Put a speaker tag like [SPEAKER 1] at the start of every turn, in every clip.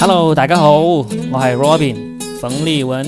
[SPEAKER 1] Hello， 大家好，我係 Robin 冯立文，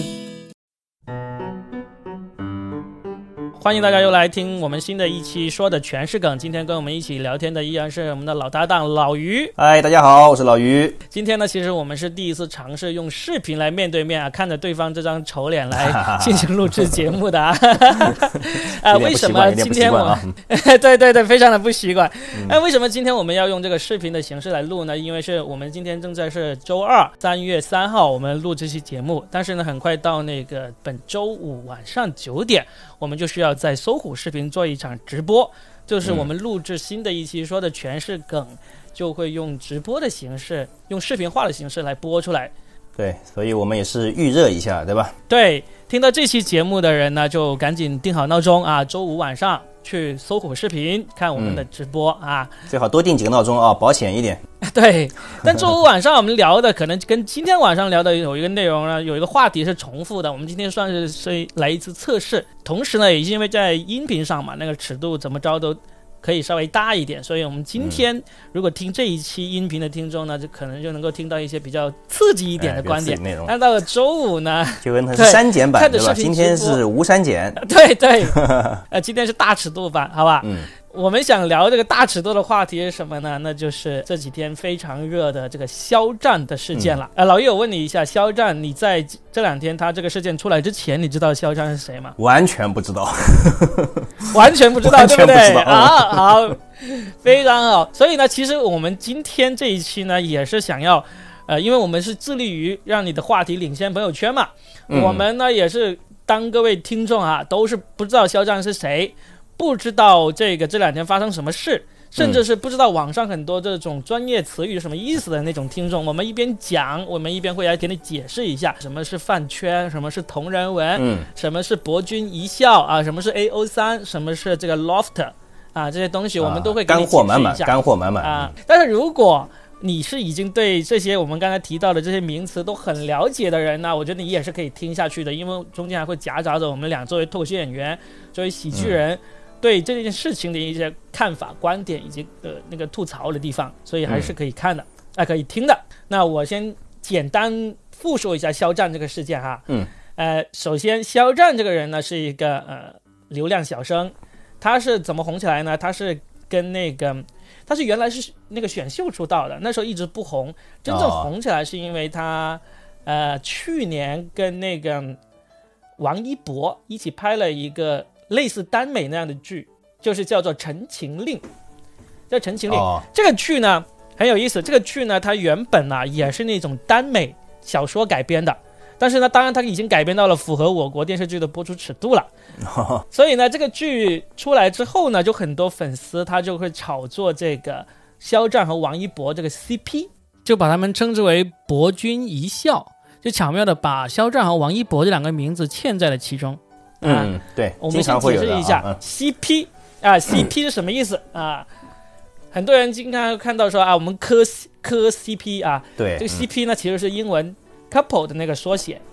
[SPEAKER 1] 欢迎大家又来听我们新的一期说的全是梗。今天跟我们一起聊天的依然是我们的老搭档老于。
[SPEAKER 2] 嗨，大家好，我是老于。
[SPEAKER 1] 今天呢，其实我们是第一次尝试用视频来面对面啊，看着对方这张丑脸来进行录制节目的啊。为什么今天我们对，非常的不习惯。为什么今天我们要用这个视频的形式来录呢？因为是我们今天正在是周二，3月3号，我们录这期节目。但是呢，很快到那个本周五晚上9点，我们就需要在搜狐视频做一场直播，就是我们录制新的一期说的全是梗，就会用直播的形式，用视频化的形式来播出来。
[SPEAKER 2] 对，所以我们也是预热一下，对吧？
[SPEAKER 1] 对，听到这期节目的人呢，就赶紧定好闹钟啊，周五晚上去搜狐视频看我们的直播啊，
[SPEAKER 2] 最好多定几个闹钟啊，保险一点。
[SPEAKER 1] 对，但周五晚上我们聊的可能跟今天晚上聊的有一个内容呢，有一个话题是重复的。我们今天算是来一次测试，同时呢，也因为在音频上嘛，那个尺度怎么着都可以稍微大一点，所以我们今天如果听这一期音频的听众呢，就可能就能够听到一一些比较刺激一点的观点。
[SPEAKER 2] 内容。
[SPEAKER 1] 但到了周五呢，
[SPEAKER 2] 就跟它是删减版，对吧？今天是无删减。
[SPEAKER 1] 对，今天是大尺度版，好吧？我们想聊这个大尺度的话题是什么呢？那就是这几天非常热的这个肖战的事件了。老于，我问你一下，肖战，你在这2天他这个事件出来之前，你知道肖战是谁吗？
[SPEAKER 2] 完全不知道，
[SPEAKER 1] 完全不知道，对不对？好，非常好。所以呢，其实我们今天这一期呢，也是想要，因为我们是致力于让你的话题领先朋友圈嘛，我们呢也是当各位听众啊，都是不知道肖战是谁。不知道这2天发生什么事，甚至是不知道网上很多这种专业词语是什么意思的那种听众，我们一边讲，我们一边会来给你解释一下什么是饭圈，什么是同人文，什么是博君一笑啊，什么是 AO3，什么是这个 Loft 啊，这些东西我们都会给你解释一下。
[SPEAKER 2] 干货满满
[SPEAKER 1] 啊！但是如果你是已经对这些我们刚才提到的这些名词都很了解的人呢，我觉得你也是可以听下去的，因为中间还会夹杂着我们俩作为脱口秀演员，作为喜剧人。对这件事情的一些看法、观点以及那个吐槽的地方，所以还是可以看的，可以听的。那我先简单复述一下肖战这个事件哈。首先肖战这个人呢是一个流量小生，他是怎么红起来呢？他是跟他是原来是那个选秀出道的，那时候一直不红，真正红起来是因为他去年跟那个王一博一起拍了一个类似耽美那样的剧，就是叫做《陈情令》，叫《陈情令》。这个剧呢很有意思，这个剧呢它原本啊也是那种耽美小说改编的，但是呢当然它已经改编到了符合我国电视剧的播出尺度了。所以呢这个剧出来之后呢，就很多粉丝他就会炒作这个肖战和王一博这个 CP， 就把他们称之为博君一笑，就巧妙的把肖战和王一博这2个名字嵌在了其中。
[SPEAKER 2] 对，
[SPEAKER 1] 我们先解释一下CP CP 是什么意思啊？很多人经常看到说我们磕 CP 啊，
[SPEAKER 2] 对，
[SPEAKER 1] 这个 CP 呢其实是英文 couple 的那个缩写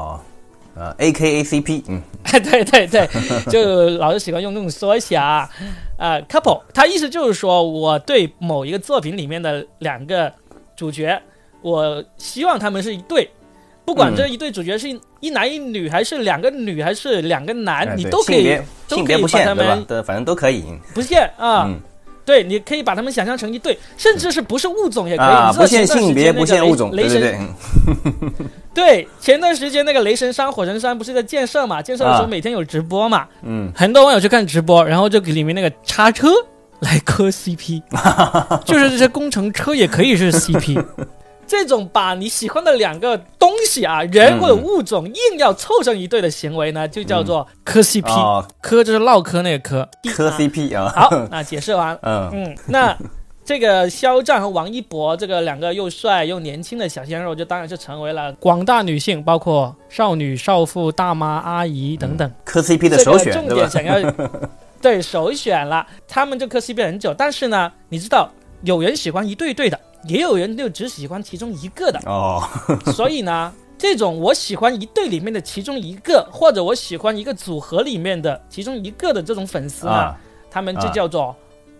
[SPEAKER 2] AKA CP，
[SPEAKER 1] 对，就老是喜欢用这种缩写couple， 它意思就是说我对某一个作品里面的2个主角，我希望他们是一对。不管这一对主角是一男一女，还是2个女，还是2个男，你都可以
[SPEAKER 2] 性别不限，对吧？反正都可以不
[SPEAKER 1] 限啊。对，你可以把他们想象成一对，甚至是不是物种也可以。
[SPEAKER 2] 不限性别，不限物种。对。
[SPEAKER 1] 对，前段时间那个雷神山、火神山不是在建设嘛？建设的时候每天有直播嘛。很多网友去看直播，然后就给里面那个叉车来磕 CP， 就是这些工程车也可以是 CP。这种把你喜欢的2个东西人或者物种硬要凑成一对的行为呢，就叫做磕 CP。磕就是唠嗑那个磕
[SPEAKER 2] CP
[SPEAKER 1] 好，那解释完。那这个肖战和王一博这个2个又帅又年轻的小鲜肉，就当然是成为了广大女性，包括少女、少妇、大妈、阿姨等等
[SPEAKER 2] 磕 CP 的首选，
[SPEAKER 1] 重点想要对首选了。他们就磕 CP 很久，但是呢，你知道有人喜欢一对对的。也有人就只喜欢其中一个的所以呢，这种我喜欢一对里面的其中一个，或者我喜欢一个组合里面的其中一个的这种粉丝呢，他们就叫做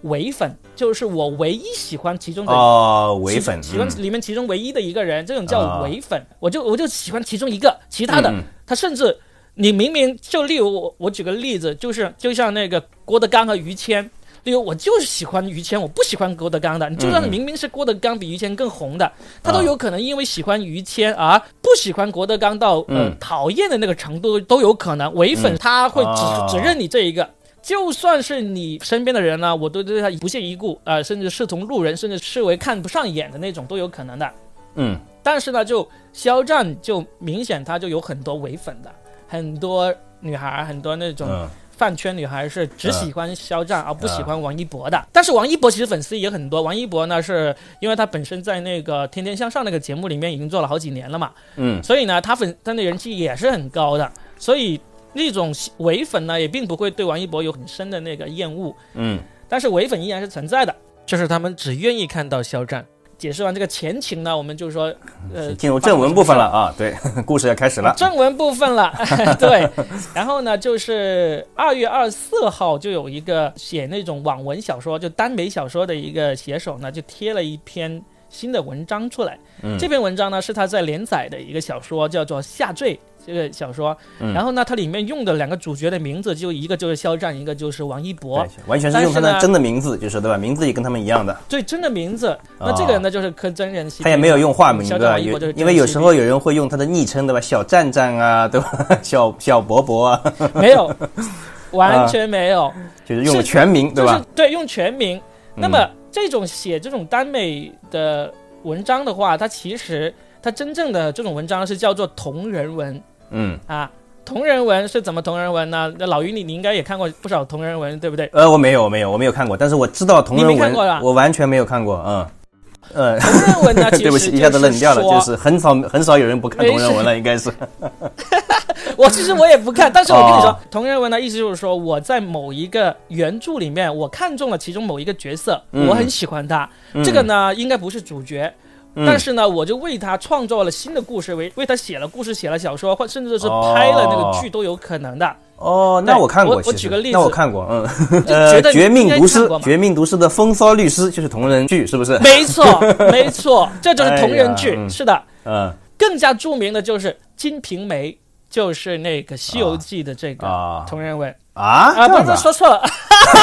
[SPEAKER 1] 唯粉，就是我唯一喜欢其中的
[SPEAKER 2] 唯粉，
[SPEAKER 1] 喜欢里面其中唯一的一个人，这种叫唯粉。我就喜欢其中一个，其他的他甚至你明明就例如我举个例子，就像那个郭德纲和于谦。例如我就是喜欢于谦，我不喜欢郭德纲的。你就算明明是郭德纲比于谦更红的，他都有可能因为喜欢于谦而不喜欢郭德纲到讨厌的那个程度都有可能。唯粉他会只认你这一个，就算是你身边的人呢，我都对他不屑一顾甚至视同路人，甚至视为看不上眼的那种都有可能的。但是呢，就肖战就明显他就有很多唯粉的，很多女孩，很多那种。饭圈女孩是只喜欢肖战而不喜欢王一博的，但是王一博其实粉丝也很多。王一博呢，是因为他本身在那个《天天向上》那个节目里面已经做了好几年了嘛，所以呢，他的人气也是很高的，所以那种唯粉呢，也并不会对王一博有很深的那个厌恶，但是唯粉依然是存在的，就是他们只愿意看到肖战。解释完这个前情呢，我们就说，
[SPEAKER 2] 进入正文部分了啊，对，故事要开始了。
[SPEAKER 1] 正文部分了，对。然后呢，就是2月24号就有一个写那种网文小说，就耽美小说的一个写手呢，就贴了一篇新的文章出来。这篇文章呢是他在连载的一个小说，叫做《下坠》。这个小说，然后呢，它里面用的2个主角的名字，就一个就是肖战，一个就是王一博，
[SPEAKER 2] 完全是用他的真的名字，就是对吧？名字也跟他们一样的。
[SPEAKER 1] 对，真的名字。那这个人呢，就是柯真人系。
[SPEAKER 2] 他也没有用化名，对吧？因为有时候有人会用他的昵称，对吧？小战战啊，对吧？小伯伯啊，
[SPEAKER 1] 没有，完全没有，
[SPEAKER 2] 就是用全名，对吧？
[SPEAKER 1] 就是对，用全名。那么这种写这种耽美的文章的话，它其实它真正的这种文章是叫做同人文。同人文是怎么同人文呢？那老于你应该也看过不少同人文，对不对？
[SPEAKER 2] 我没有看过，但是我知道同人文，
[SPEAKER 1] 你没看过
[SPEAKER 2] 我完全没有看过。
[SPEAKER 1] 同人文呢，其实
[SPEAKER 2] 对不起，一下子冷掉了，就是很少有人不看同人文了，应该是。
[SPEAKER 1] 其实我也不看，但是我跟你说，同人文的意思就是说，我在某一个原著里面，我看中了其中某一个角色，我很喜欢他。这个呢，应该不是主角。但是呢，我就为他创造了新的故事，为他写了故事，写了小说，或甚至是拍了那个剧都有可能的。
[SPEAKER 2] 那我看过，
[SPEAKER 1] 我举个例子，
[SPEAKER 2] 那我看过，绝命毒师的风骚律师就是同人剧，是不是？
[SPEAKER 1] 没错，这就是同人剧，是的。更加著名的就是《金瓶梅》，就是那个《西游记》的这个同人文不是说错了。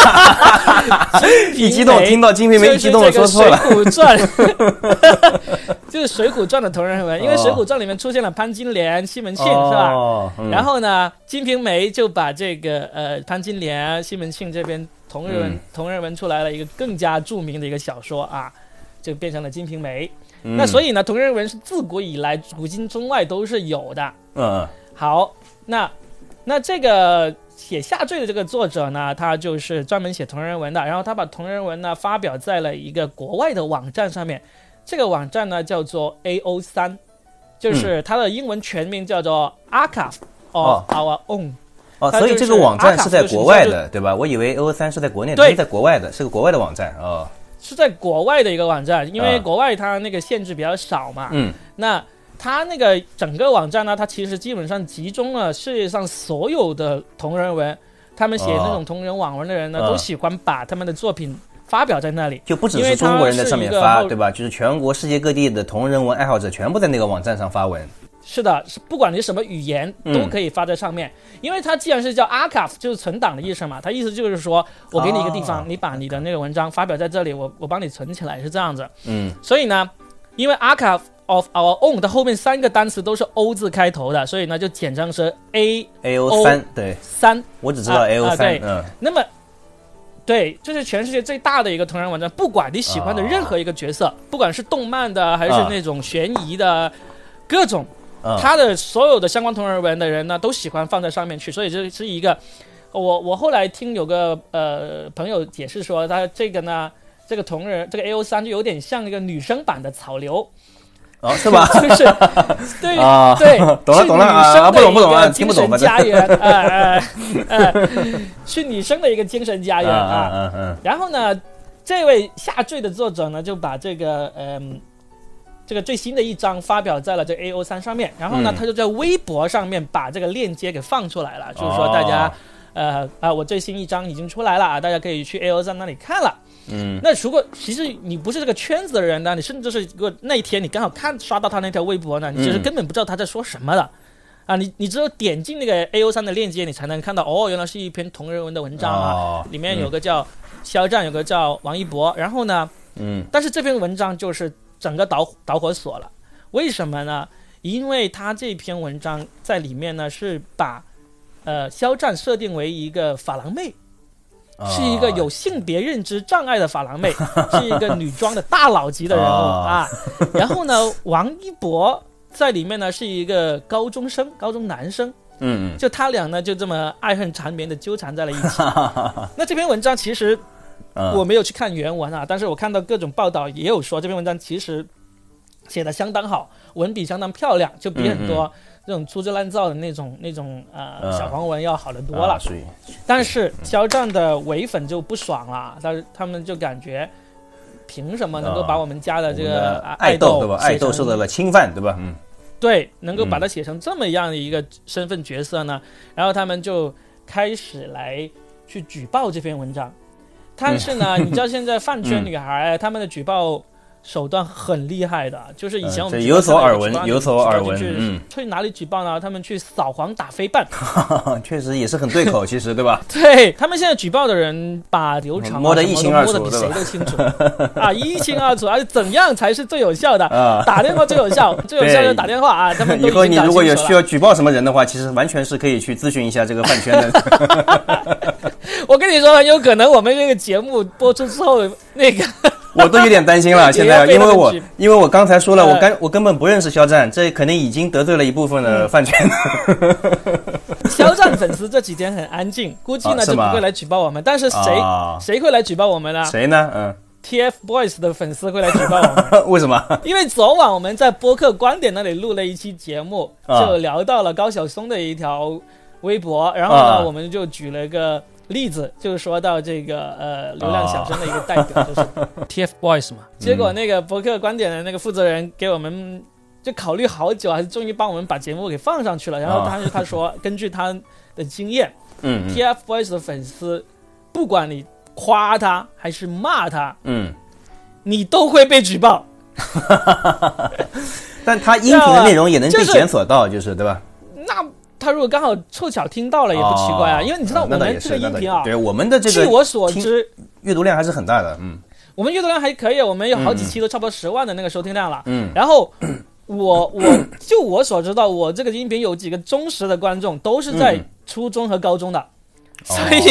[SPEAKER 2] 一激动听到《金瓶梅》，一激动的说错了。
[SPEAKER 1] 《水浒传》就是《水浒传》的同人文，因为《水浒传》里面出现了潘金莲、西门庆，是吧？然后呢，《金瓶梅》就把这个潘金莲、西门庆这边同人文出来了一个更加著名的一个小说啊，就变成了《金瓶梅》。那所以呢，同人文是自古以来古今中外都是有的。好，那这个写下坠的这个作者呢，他就是专门写同人文的，然后他把同人文呢发表在了一个国外的网站上面，这个网站呢叫做 AO3， 就是它的英文全名叫做 Archive of Our Own。
[SPEAKER 2] 所以这个网站是在国外的，对吧？我以为 AO3 是在国内的，是在国外的，是个国外的网站
[SPEAKER 1] 是在国外的一个网站，因为国外它那个限制比较少嘛。那它那个整个网站呢，它其实基本上集中了世界上所有的同人文，他们写那种同人网文的人呢，都喜欢把他们的作品发表在那里，
[SPEAKER 2] 就不只是中国人在上面发，对吧？就是全国世界各地的同人文爱好者全部在那个网站上发文。
[SPEAKER 1] 是的，不管你什么语言都可以发在上面，因为它既然是叫 archive， 就是存档的意思嘛，它意思就是说我给你一个地方，你把你的那个文章发表在这里，我帮你存起来，是这样子。所以呢，因为 archive of our own 的后面3个单词都是 O 字开头的，所以呢就简称是 AO3。对，3，
[SPEAKER 2] 我只知道 AO3。
[SPEAKER 1] 对，那么对，这是全世界最大的一个同人网站，不管你喜欢的任何一个角色，不管是动漫的还是那种悬疑的，各种。他的所有的相关同人文的人呢，都喜欢放在上面去，所以这是一个，我后来听有个朋友解释说，他这个呢，这个同人这个 AO3 就有点像一个女生版的草流，
[SPEAKER 2] 是吧？
[SPEAKER 1] 就是对对，
[SPEAKER 2] 懂了不懂啊，
[SPEAKER 1] 听不懂家园是女生的一个精神家园啊。然后呢，这位下坠的作者呢，就把这个这个最新的一章发表在了这 AO3 上面，然后呢，他就在微博上面把这个链接给放出来了，就是说大家，我最新一章已经出来了啊，大家可以去 AO3 那里看了。 那如果其实你不是这个圈子的人呢，你甚至是那一天你刚好刷到他那条微博呢，你其实根本不知道他在说什么的。你只有点进那个 AO3 的链接，你才能看到原来是一篇同人文的文章啊，里面有个叫肖战，有个叫王一博，然后呢，但是这篇文章就是整个导火索了。为什么呢？因为他这篇文章在里面呢是把肖战设定为一个发廊妹，是一个有性别认知障碍的发廊妹，是一个女装的大佬级的人物啊。然后呢，王一博在里面呢是一个高中男生，就他俩呢就这么爱恨缠绵的纠缠在了一起。那这篇文章其实我没有去看原文啊，但是我看到各种报道也有说这篇文章其实写的相当好，文笔相当漂亮，就比很多这种粗制滥造的那种小黄文要好得多了。但是肖战的伪粉就不爽了，但是他们就感觉凭什么能够把我们家的这个爱豆
[SPEAKER 2] 对吧？爱豆受到了侵犯，对吧？
[SPEAKER 1] 对，能够把它写成这么样的一个身份角色呢？然后他们就开始来去举报这篇文章。但是呢，你知道现在饭圈女孩他们的举报手段很厉害的，就是以前我们
[SPEAKER 2] 有所耳闻。
[SPEAKER 1] 去哪里举报呢？他们去扫黄打非办，
[SPEAKER 2] 确实也是很对口，其实对吧？
[SPEAKER 1] 对，他们现在举报的人把流程
[SPEAKER 2] 摸得一清二楚，
[SPEAKER 1] 摸得比谁都清楚一清二楚，而且怎样才是最有效的打电话最有效，最有效就打电话啊！他们都已经
[SPEAKER 2] 以后你如果有需要举报什么人的话，其实完全是可以去咨询一下这个饭圈的。
[SPEAKER 1] 我跟你说，很有可能我们这个节目播出之后，那个
[SPEAKER 2] 我都有点担心了。现在因为我刚才说了，我根本不认识肖战，这可能已经得罪了一部分的饭圈。
[SPEAKER 1] 肖战粉丝这几天很安静，估计呢就不会来举报我们。但是谁会来举报我们呢？
[SPEAKER 2] 谁呢
[SPEAKER 1] ？TFBOYS 的粉丝会来举报我们。
[SPEAKER 2] 为什么？
[SPEAKER 1] 因为昨晚我们在播客观点那里录了一期节目，就聊到了高晓松的一条微博，然后呢我们就举了一个例子，就是说到这个流量小生的一个代表就是 TFBOYS 嘛。结果那个博客观点的那个负责人给我们就考虑好久，还是终于帮我们把节目给放上去了。然后他说根据他的经验，TFBOYS 的粉丝不管你夸他还是骂他，你都会被举报。
[SPEAKER 2] 但他音频的内容也能被检索到，就是对吧？
[SPEAKER 1] 那他如果刚好凑巧听到了也不奇怪啊，因为你知道我们这个音频啊，
[SPEAKER 2] 对我们的这个，
[SPEAKER 1] 据我所知，
[SPEAKER 2] 阅读量还是很大的。
[SPEAKER 1] 我们阅读量还可以，我们有好几期都差不多10万的那个收听量了。然后就我所知道，我这个音频有几个忠实的观众都是在初中和高中的，所以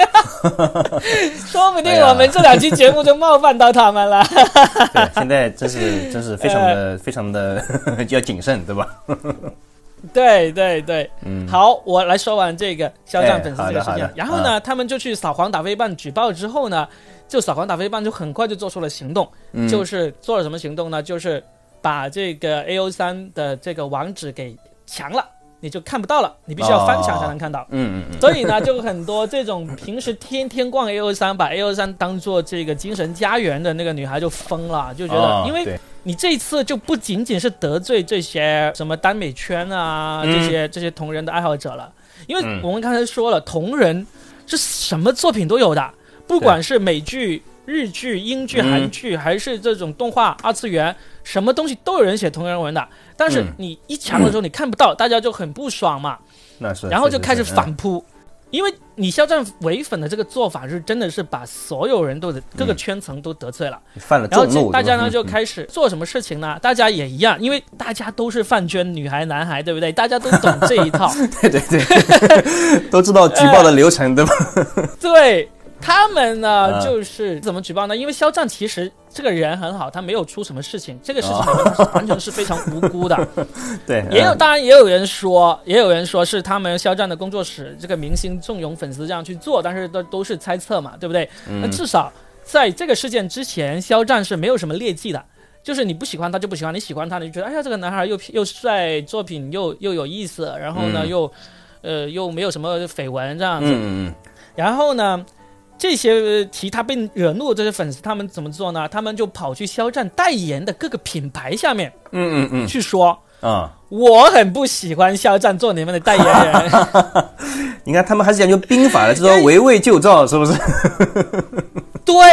[SPEAKER 1] 说不定我们这2期节目就冒犯到他们了。
[SPEAKER 2] 对，现在真是非常的要谨慎，对吧？
[SPEAKER 1] 对，好，我来说完这个肖战粉丝这个事情。然后呢，他们就去扫黄打非办举报之后呢，就扫黄打非办就很快就做出了行动，就是做了什么行动呢？就是把这个 AO3 的这个网址给强了，你就看不到了，你必须要翻墙才能看到。所以呢，就很多这种平时天天逛 AO3，把 AO3 当做这个精神家园的那个女孩就疯了，就觉得因为你这一次就不仅仅是得罪这些什么耽美圈啊，这些同人的爱好者了，因为我们刚才说了，同人是什么作品都有的，不管是美剧、日剧、英剧、韩剧，还是这种动画、二次元，什么东西都有人写同人文的。但是你一强的时候你看不到，大家就很不爽嘛。
[SPEAKER 2] 那是，
[SPEAKER 1] 然后就开始反扑。因为你肖战伪粉的这个做法是真的是把所有人都的各个圈层都得罪了，
[SPEAKER 2] 犯了众怒。
[SPEAKER 1] 然后大家呢就开始做什么事情呢？大家也一样，因为大家都是饭圈女孩男孩，对不对？大家都懂这一套。
[SPEAKER 2] 对，都知道举报的流程，对吧？
[SPEAKER 1] 对。他们呢，就是怎么举报呢？因为肖战其实这个人很好，他没有出什么事情，这个事情完全是非常无辜的。
[SPEAKER 2] 对，
[SPEAKER 1] 当然也有人说是他们肖战的工作室这个明星纵容粉丝这样去做，但是都是猜测嘛，对不对？那至少在这个事件之前，肖战是没有什么劣迹的，就是你不喜欢他就不喜欢，你喜欢他你就觉得哎呀这个男孩又帅，作品又有意思，然后呢又没有什么绯闻这样子。然后呢？这些其他被惹怒的这些粉丝，他们怎么做呢？他们就跑去肖战代言的各个品牌下面，去说，我很不喜欢肖战做你们的代言人。
[SPEAKER 2] 你看，他们还是讲究兵法的，就说围魏救赵，是不是？
[SPEAKER 1] 对，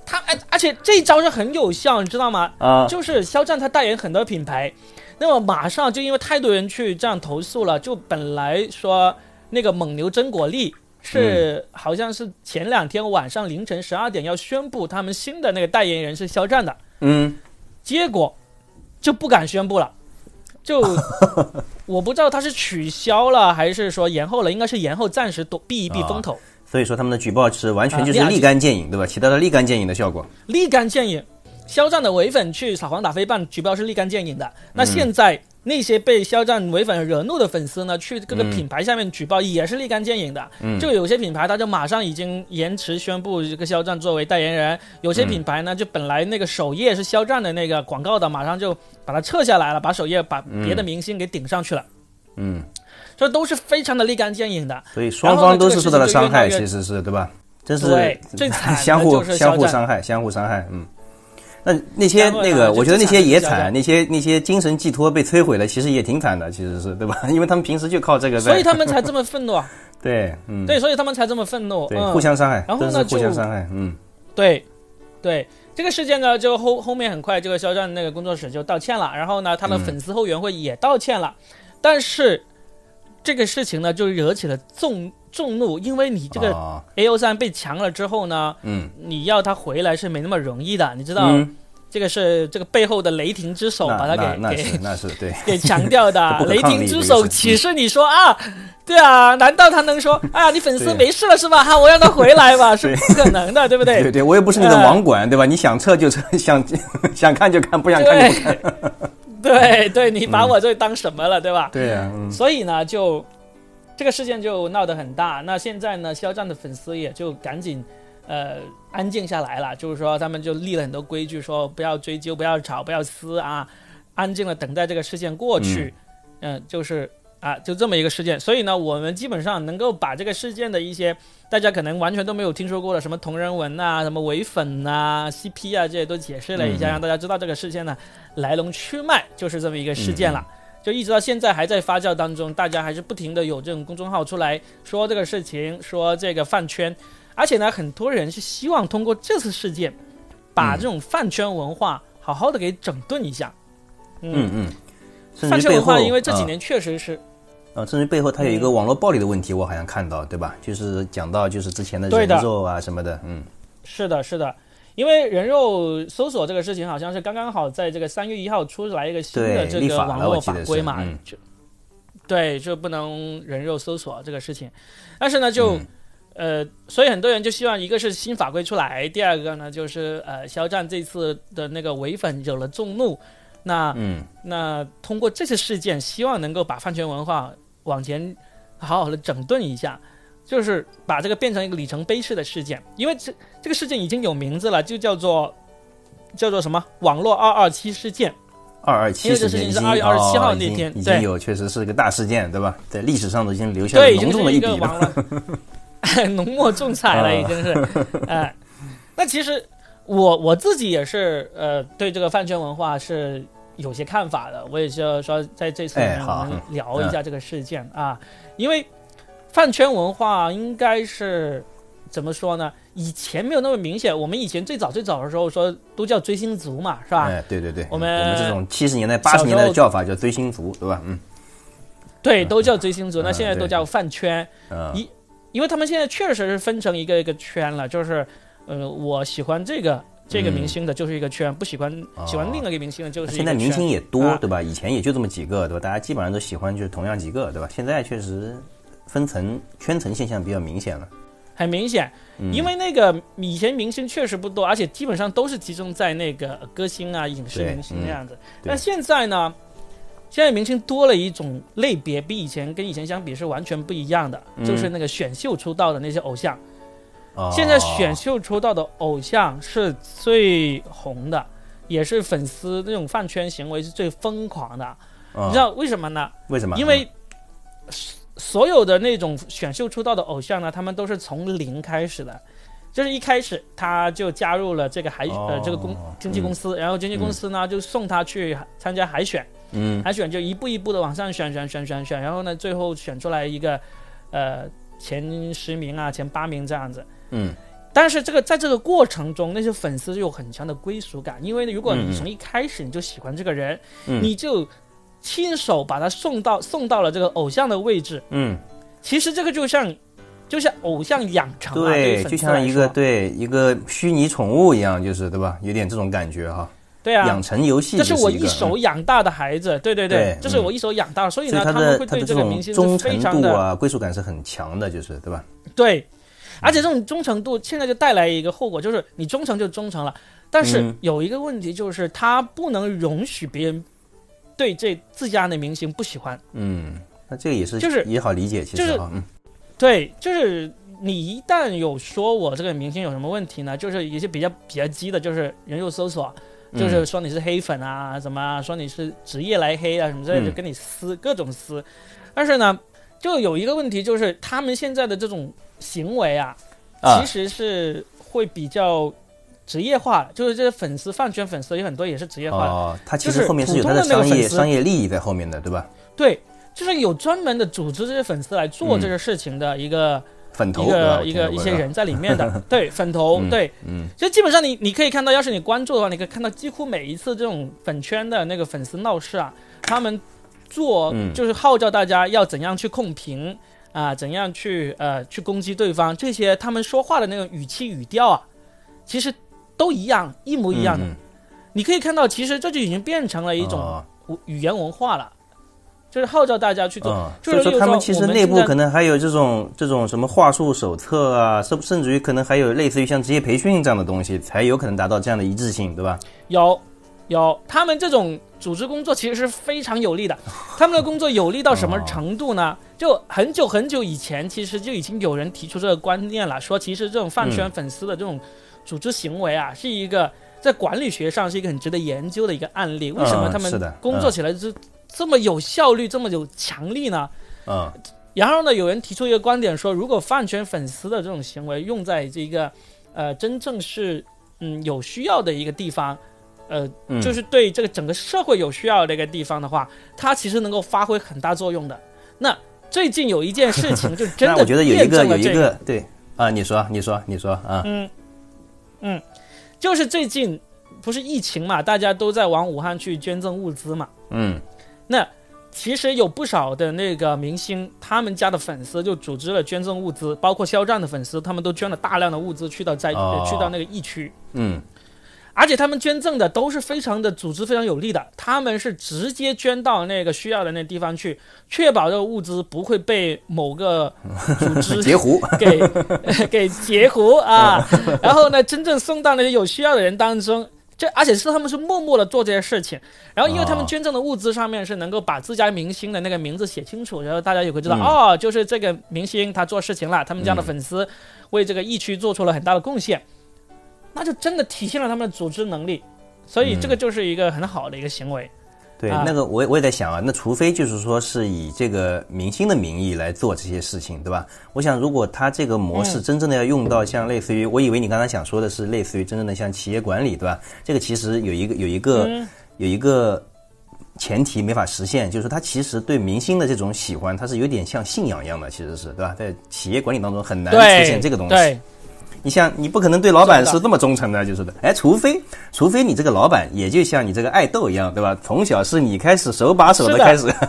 [SPEAKER 1] 而且这一招是很有效，你知道吗？就是肖战他代言很多品牌，那么马上就因为太多人去这样投诉了，就本来说那个蒙牛真果粒是好像是前2天晚上凌晨12点要宣布他们新的那个代言人是肖战的，结果就不敢宣布了，就我不知道他是取消了还是说延后了，应该是延后，暂时避一避风头。
[SPEAKER 2] 所以说他们的举报是完全就是立竿见影，对吧？起到了立竿见影的效果。
[SPEAKER 1] 立竿见影，肖战的伪粉去扫黄打非办举报是立竿见影的。那现在那些被肖战伪粉惹怒的粉丝呢，去各个品牌下面举报也是立竿见影的。就有些品牌他就马上已经延迟宣布这个肖战作为代言人，有些品牌呢就本来那个首页是肖战的那个广告的，马上就把它撤下来了，把首页把别的明星给顶上去了。这都是非常的立竿见影的，
[SPEAKER 2] 所以双方都是受到了伤害，其实是对吧？真是
[SPEAKER 1] 对最惨的
[SPEAKER 2] 相
[SPEAKER 1] 就是
[SPEAKER 2] 互伤害，相互伤害。那些那个，我觉得那些也惨，那些精神寄托被摧毁了，其实也挺惨的，其实是对吧？因为他们平时就靠这个，
[SPEAKER 1] 所以他们才这么愤怒啊。
[SPEAKER 2] 对，
[SPEAKER 1] 对，所以他们才这么愤怒，
[SPEAKER 2] 对，互相伤害，
[SPEAKER 1] 然后呢，
[SPEAKER 2] 互相伤害，
[SPEAKER 1] 对，这个事件呢，就后面很快，这个肖战那个工作室就道歉了，然后呢，他的粉丝后援会也道歉了，但是这个事情呢，就惹起了众怒，因为你这个 AO3 被强了之后呢，你要他回来是没那么容易的，你知道，这个是这个背后的雷霆之手把他
[SPEAKER 2] 那是对
[SPEAKER 1] 给强调的，雷霆之手岂是你说啊？对啊，难道他能说啊，你粉丝没事了是吧？哈，我让他回来吧，是不可能的，对不对？
[SPEAKER 2] 对，我也不是你的网管，对吧？你想撤就撤，想看就看，不想看就不看。
[SPEAKER 1] 对，你把我这当什么了，对吧？
[SPEAKER 2] 对啊，
[SPEAKER 1] 所以呢，就这个事件就闹得很大。那现在呢，肖战的粉丝也就赶紧安静下来了，就是说他们就立了很多规矩，说不要追究，不要吵，不要撕啊，安静的等待这个事件过去。就是就这么一个事件。所以呢，我们基本上能够把这个事件的一些大家可能完全都没有听说过的什么同人文啊、什么伪粉啊、CP 啊这些都解释了一下，让大家知道这个事件呢来龙去脉，就是这么一个事件了。就一直到现在还在发酵当中，大家还是不停的有这种公众号出来说这个事情，说这个饭圈，而且呢，很多人是希望通过这次事件，把这种饭圈文化好好的给整顿一下。
[SPEAKER 2] 饭圈文化
[SPEAKER 1] 因为这几年确实是。
[SPEAKER 2] 甚至背后它有一个网络暴力的问题，我好像看到，对吧？就是讲到就是之前的人肉啊什么的，
[SPEAKER 1] 是的，因为人肉搜索这个事情，好像是刚刚好在这个3月1号出来一个新的这个网络法规嘛，就不能人肉搜索这个事情。但是呢，所以很多人就希望一个是新法规出来，第二个呢就是肖战这次的那个伪粉惹了众怒，那通过这次事件，希望能够把饭圈文化往前好好的整顿一下，就是把这个变成一个里程碑式的事件。因为这个事件已经有名字了，就叫做什么网络227事件。
[SPEAKER 2] 227事件，
[SPEAKER 1] 因为这事情是2月27号那天，
[SPEAKER 2] 已经有确实是个大事件，对吧？在历史上都已经留下了浓重的一笔了，
[SPEAKER 1] 浓墨重彩了，已经是。那其实我自己也是对这个饭圈文化是有些看法的，我也是说在这次我们聊一下这个事件因为饭圈文化应该是怎么说呢？以前没有那么明显，我们以前最早的时候说都叫追星族嘛，是吧？
[SPEAKER 2] 对，我们这种70年代80年代的叫法叫追星族，对吧？
[SPEAKER 1] 对，都叫追星族，那现在都叫饭圈。因为他们现在确实是分成一个一个圈了，就是我喜欢这个明星的就是一个圈，不喜欢另一个明星的就是一个圈。
[SPEAKER 2] 现在明星也多，对吧？以前也就这么几个，对吧？大家基本上都喜欢就是同样几个，对吧？现在确实圈层现象比较明显了，很
[SPEAKER 1] 明显。因为那个以前明星确实不多，而且基本上都是集中在那个歌星啊、影视明星那样子。但现在呢，现在明星多了一种类别，跟以前相比是完全不一样的，就是那个选秀出道的那些偶像。现在选秀出道的偶像是最红的，也是粉丝那种饭圈行为是最疯狂的。你知道为什么呢？
[SPEAKER 2] 为什么？
[SPEAKER 1] 因为所有的那种选秀出道的偶像呢，他们都是从零开始的，就是一开始他就加入了这个经纪公司，然后经纪公司呢就送他去参加海选，海选就一步一步的往上选，然后呢最后选出来一个前10名啊、前8名这样子。 但是在这个过程中，那些粉丝就有很强的归属感，因为如果你从一开始你就喜欢这个人，你就亲手把他送到了这个偶像的位置，其实这个就像偶像养成，
[SPEAKER 2] 对，就像一个虚拟宠物一样，就是对吧？有点这种感觉哈。
[SPEAKER 1] 对啊，
[SPEAKER 2] 养成游戏，
[SPEAKER 1] 这是我一手养大的孩子，对，这是我一手养大的，所以呢，他们会对这个明星是非常的
[SPEAKER 2] 忠诚度啊，归属感是很强的，就是对吧？
[SPEAKER 1] 对，而且这种忠诚度现在就带来一个后果，就是你忠诚就忠诚了，但是有一个问题就是他不能容许别人对自家的明星不喜欢。
[SPEAKER 2] 那这个也是也好理解，其实
[SPEAKER 1] 对，就是你一旦有说我这个明星有什么问题呢，就是一些比较激的，就是人肉搜索，就是说你是黑粉啊，什么说你是职业来黑啊什么之类的，就跟你撕各种撕。但是呢，就有一个问题，就是他们现在的这种行为啊，其实是会比较职业化的，就是这些粉丝饭圈粉丝有很多也是职业化的。
[SPEAKER 2] 他其实后面是有他的商业利益在后面的，对吧？
[SPEAKER 1] 对，就是有专门的组织这些粉丝来做这个事情的一个。
[SPEAKER 2] 粉头
[SPEAKER 1] 一些人在里面的，对，粉头，对，就基本上你可以看到，要是你关注的话，你可以看到几乎每一次这种粉圈的那个粉丝闹事啊，他们就是号召大家要怎样去控评啊，怎样去攻击对方，这些他们说话的那个语气语调啊，其实都一样，一模一样的。你可以看到，其实这就已经变成了一种语言文化了。就是号召大家去做，
[SPEAKER 2] 所以说他们其实内部可能还有这种什么话术手册啊，甚至于可能还有类似于像职业培训这样的东西，才有可能达到这样的一致性，对吧？
[SPEAKER 1] 有，他们这种组织工作其实是非常有力的。他们的工作有力到什么程度呢？就很久以前，其实就已经有人提出这个观念了，说其实这种饭圈粉丝的这种组织行为啊，是一个在管理学上是一个很值得研究的一个案例。为什么他们工作起来这么有效率，这么有强力呢？然后呢，有人提出一个观点说，如果饭圈粉丝的这种行为用在这个真正是有需要的一个地方，就是对这个整个社会有需要的一个地方的话，它其实能够发挥很大作用的。那最近有一件事情就真的
[SPEAKER 2] 那我觉得有一个对啊，你说啊，
[SPEAKER 1] 就是最近不是疫情嘛，大家都在往武汉去捐赠物资嘛，那其实有不少的那个明星，他们家的粉丝就组织了捐赠物资，包括肖战的粉丝，他们都捐了大量的物资去到那个疫区，而且他们捐赠的都是非常的组织非常有力的，他们是直接捐到那个需要的那地方去，确保这个物资不会被某个组织
[SPEAKER 2] 截胡
[SPEAKER 1] 给截胡啊，然后呢，真正送到那些有需要的人当中。而且他们是默默的做这些事情，然后因为他们捐赠的物资上面是能够把自家明星的那个名字写清楚，然后大家也会知道，就是这个明星他做事情了，他们家的粉丝为这个疫区做出了很大的贡献，那就真的体现了他们的组织能力，所以这个就是一个很好的一个行为。
[SPEAKER 2] 对，那个我也在想啊，那除非就是说是以这个明星的名义来做这些事情，对吧？我想如果他这个模式真正的要用到像类似于，我以为你刚才想说的是类似于真正的像企业管理，对吧？这个其实有一个前提没法实现，就是说他其实对明星的这种喜欢，他是有点像信仰一样的，其实是对吧？在企业管理当中很难出现这个东西。
[SPEAKER 1] 对。
[SPEAKER 2] 你不可能对老板是这么忠诚的，就是的。除非你这个老板也就像你这个爱豆一样，对吧？从小是你开始手把手的开始。